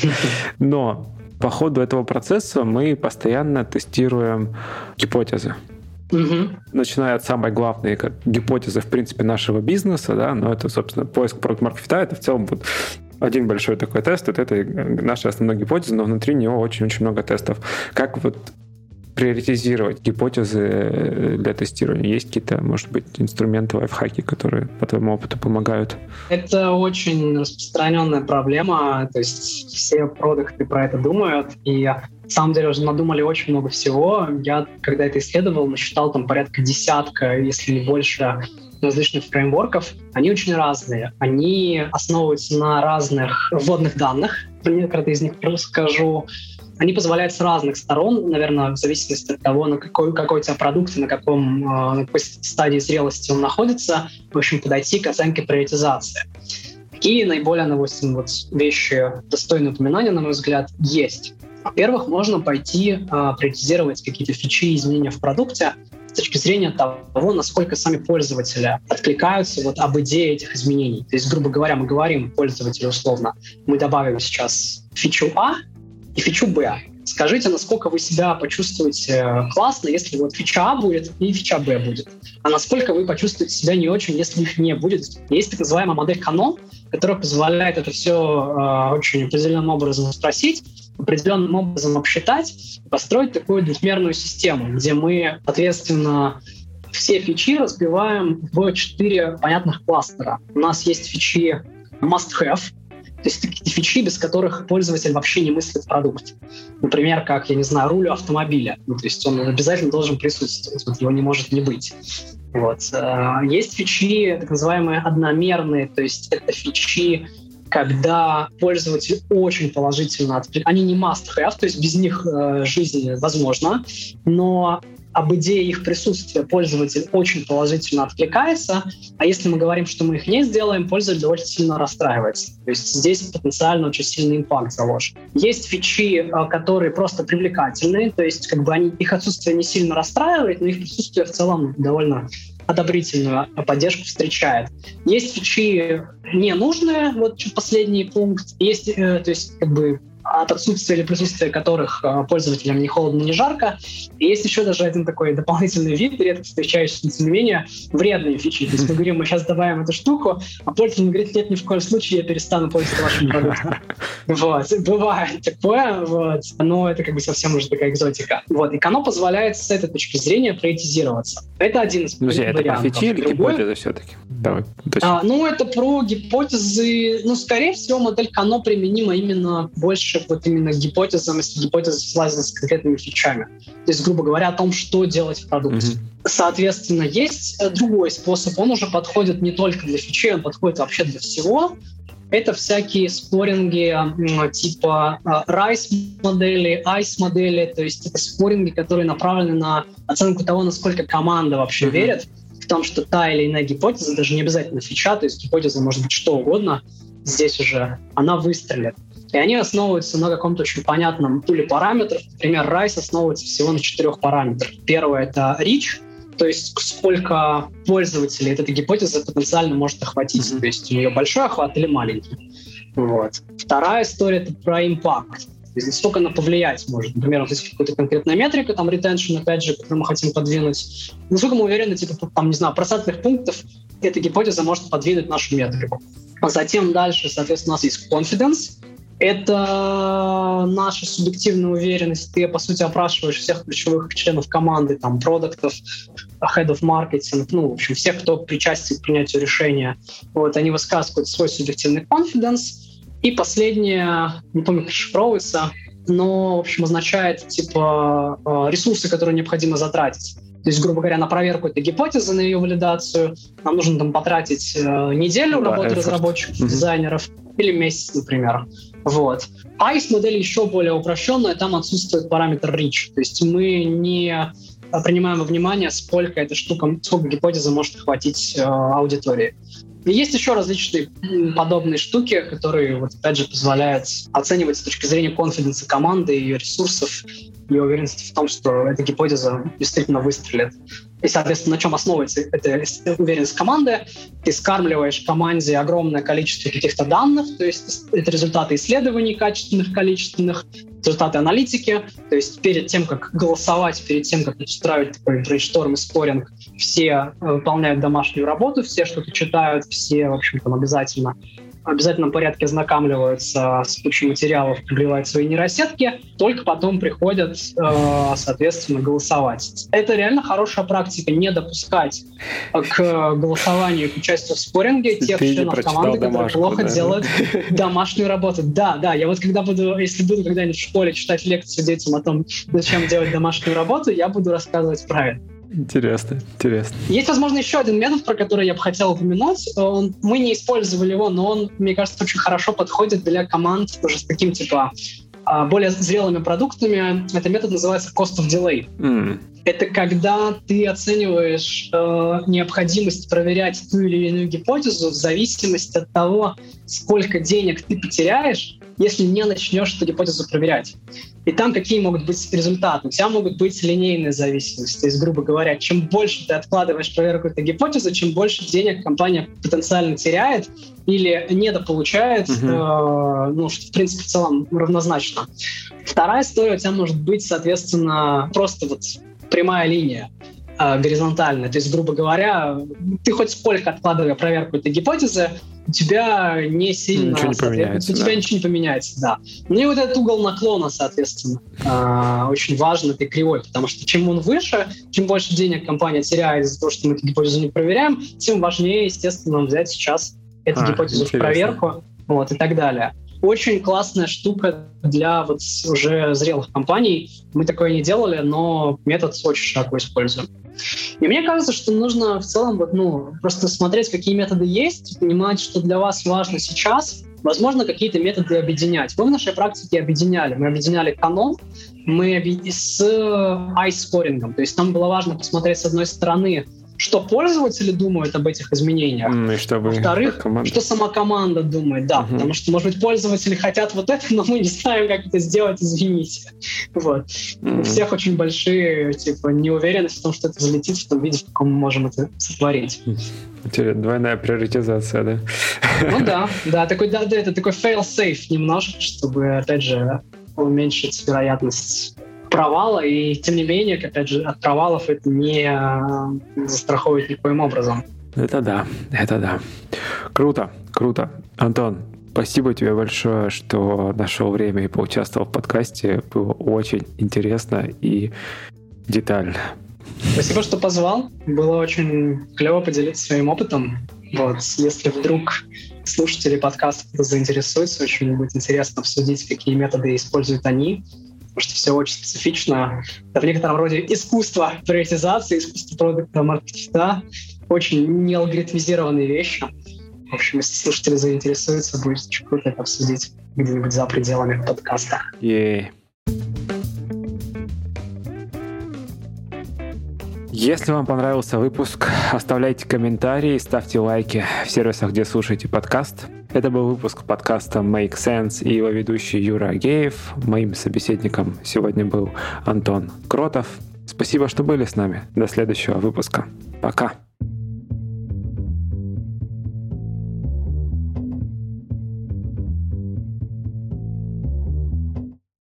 Но по ходу этого процесса мы постоянно тестируем гипотезы. Угу. Начиная от самой главной как, гипотезы, в принципе, нашего бизнеса, да, но это, собственно, поиск продакт-маркета, это в целом вот один большой такой тест, это, это наша основная гипотеза, но внутри него очень-очень много тестов. Как вот приоритизировать гипотезы для тестирования? Есть какие-то, может быть, инструменты, лайфхаки, которые по твоему опыту помогают? Это очень распространенная проблема, то есть все продукты про это думают, и на самом деле уже надумали очень много всего. Я, когда это исследовал, насчитал там порядка десятка, если не больше, различных фреймворков. Они очень разные. Они основываются на разных вводных данных. Некоторые из них расскажу. Они позволяют с разных сторон, наверное, в зависимости от того, на какой, какой у тебя продукт и на, каком, на какой стадии зрелости он находится, в общем, подойти к оценке приоритизации. Какие наиболее, допустим, вот вещи достойные упоминания, на мой взгляд, есть. Во-первых, можно пойти э, приоритизировать какие-то фичи и изменения в продукте с точки зрения того, насколько сами пользователи откликаются вот об идее этих изменений. То есть, грубо говоря, мы говорим пользователю условно, мы добавим сейчас фичу А и фичу Б. Скажите, насколько вы себя почувствуете классно, если вот фича А будет и фича Б будет. А насколько вы почувствуете себя не очень, если их не будет. Есть так называемая модель Канон, которая позволяет это все э, очень определенным образом спросить, определенным образом обсчитать, построить такую двухмерную систему, где мы, соответственно, все фичи разбиваем в четыре понятных кластера. У нас есть фичи must-have, то есть такие фичи, без которых пользователь вообще не мыслит продукт. Например, как, я не знаю, руль автомобиля. Ну, то есть он обязательно должен присутствовать, вот его не может не быть. Вот. Есть фичи, так называемые одномерные, то есть это фичи, когда пользователь очень положительно откликается. Они не must-have, то есть без них э, жизнь возможна, но об идее их присутствия пользователь очень положительно откликается, а если мы говорим, что мы их не сделаем, пользователь довольно сильно расстраивается. То есть здесь потенциально очень сильный импакт заложен. Есть фичи, которые просто привлекательные, то есть как бы они, их отсутствие не сильно расстраивает, но их присутствие в целом довольно одобрительную поддержку встречает. Есть фичи ненужные, вот последний пункт. Есть, э, то есть, как бы, от отсутствия или присутствия которых пользователям не холодно, не жарко. И есть еще даже один такой дополнительный вид, редко встречающийся, но тем не менее, вредные фичи. То есть мы говорим, мы сейчас добавим эту штуку, а пользователь говорит, нет, ни в коем случае я перестану пользоваться вашим продуктом. Вот. Бывает такое, вот. Но это как бы совсем уже такая экзотика. Вот. И Kano позволяет с этой точки зрения приоритизироваться. Это один из Друзья, вариантов. Это про фичи или гипотезы все-таки? Давай. А, ну, это про гипотезы. Ну, скорее всего, модель Kano применима именно больше вот именно к гипотезам, если гипотеза связана с конкретными фичами. То есть, грубо говоря, о том, что делать в продукте. Mm-hmm. Соответственно, есть другой способ. Он уже подходит не только для фичей, он подходит вообще для всего. Это всякие споринги типа райс-модели, айс-модели. То есть это споринги, которые направлены на оценку того, насколько команда вообще mm-hmm. верит в том, что та или иная гипотеза, даже не обязательно фича, то есть гипотеза может быть что угодно, здесь уже она выстрелит. И они основываются на каком-то очень понятном пуле параметров. Например, райс основывается всего на четырех параметрах. Первое — это reach, то есть сколько пользователей эта гипотеза потенциально может охватить. Mm-hmm. То есть у нее большой охват или маленький. Вот. Вторая история — это про импакт. То есть насколько она повлиять может. Например, вот есть какая-то конкретная метрика, там retention, опять же, которую мы хотим подвинуть. Насколько мы уверены, типа, там, не знаю, процентных пунктов эта гипотеза может подвинуть нашу метрику. А затем дальше, соответственно, у нас есть confidence. Это наша субъективная уверенность. Ты, по сути, опрашиваешь всех ключевых членов команды, там, продуктов, head of marketing, ну, в общем, всех, кто причастен к принятию решения. Вот, они высказывают свой субъективный confidence. И последнее, не помню, как шифровывается, но, в общем, означает, типа, ресурсы, которые необходимо затратить. То есть, грубо говоря, на проверку этой гипотезы, на ее валидацию нам нужно там потратить э, неделю да, работы effort. разработчиков, Mm-hmm. дизайнеров или месяц, например. Вот. айс-модель еще более упрощенная, там отсутствует параметр reach. То есть мы не принимаем во внимание, сколько эта штука, сколько гипотеза может охватить э, аудитории. И есть еще различные подобные штуки, которые, вот, опять же, позволяют оценивать с точки зрения конфиденса команды, ее ресурсов, ее уверенности в том, что эта гипотеза действительно выстрелит. И, соответственно, на чем основывается эта уверенность команды? Ты скармливаешь команде огромное количество каких-то данных, то есть это результаты исследований качественных, количественных, результаты аналитики. То есть перед тем, как голосовать, перед тем, как устраивать такой брейншторм и споринг, все выполняют домашнюю работу, все что-то читают, все, в общем, там обязательно в обязательном порядке ознакомливаются с кучей материалов, прогревают свои нейросетки, только потом приходят, э, соответственно, голосовать. Это реально хорошая практика, не допускать к голосованию, к участию в споринге тех Ты членов команды, которые плохо да? делают домашнюю работу. Да, да, я вот когда буду, если буду когда-нибудь в школе читать лекцию детям о том, зачем делать домашнюю работу, я буду рассказывать про это. Интересно, интересно. Есть, возможно, еще один метод, про который я бы хотел упомянуть. Он, мы не использовали его, но он, мне кажется, очень хорошо подходит для команд уже с таким, типа, более зрелыми продуктами. Этот метод называется cost of delay. Mm. Это когда ты оцениваешь э, необходимость проверять ту или иную гипотезу в зависимости от того, сколько денег ты потеряешь, если не начнешь эту гипотезу проверять. И там какие могут быть результаты? У тебя могут быть линейные зависимости. То есть, грубо говоря, чем больше ты откладываешь проверку этой гипотезы, чем больше денег компания потенциально теряет или недополучает, uh-huh. э, ну, что, в принципе, в целом равнозначно. Вторая история у тебя может быть, соответственно, просто вот прямая линия, э, горизонтальная. То есть, грубо говоря, ты хоть сколько откладывая проверку этой гипотезы, у тебя не сильно... Ничего не поменяется. У тебя да. ничего не поменяется, да. Ну и вот этот угол наклона, соответственно, э, очень важен, этой кривой, потому что чем он выше, чем больше денег компания теряет из-за того, что мы эту гипотезу не проверяем, тем важнее, естественно, взять сейчас эту а, гипотезу интересно. в проверку, вот, и так далее. Очень классная штука для вот уже зрелых компаний. Мы такое не делали, но метод очень широко используем. И мне кажется, что нужно в целом вот, ну, просто смотреть, какие методы есть, понимать, что для вас важно сейчас. Возможно, какие-то методы объединять. Мы в нашей практике объединяли. Мы объединяли Kano, мы объединяли с айс-скорингом. То есть нам было важно посмотреть, с одной стороны, что пользователи думают об этих изменениях. Mm, и что вы, Во-вторых, команда. что сама команда думает. Да, uh-huh. потому что, может быть, пользователи хотят вот это, но мы не знаем, как это сделать, извините. Вот. Mm-hmm. У всех очень большие типа, неуверенность в том, что это залетит в том виде, в каком мы можем это сотворить. Интересно, двойная приоритизация, да? Ну да, да, такой, да, да, это такой fail-safe немножко, чтобы, опять же, уменьшить вероятность провала, и тем не менее, опять же, от провалов это не застраховывает никаким образом. Это да, это да. Круто, круто. Антон, спасибо тебе большое, что нашел время и поучаствовал в подкасте. Было очень интересно и детально. Спасибо, что позвал. Было очень клево поделиться своим опытом. Вот, если вдруг слушатели подкаста заинтересуются, очень будет интересно обсудить, какие методы используют они, потому что все очень специфично. Это в некотором роде искусство приоритизации, искусство продукта маркетинга, очень неалгоритмизированные вещи. В общем, если слушатели заинтересуются, будет очень круто это обсудить где-нибудь за пределами подкаста. Ей. Если вам понравился выпуск, оставляйте комментарии, ставьте лайки в сервисах, где слушаете подкаст. Это был выпуск подкаста Make Sense и его ведущий Юра Агеев. Моим собеседником сегодня был Антон Кротов. Спасибо, что были с нами. До следующего выпуска. Пока.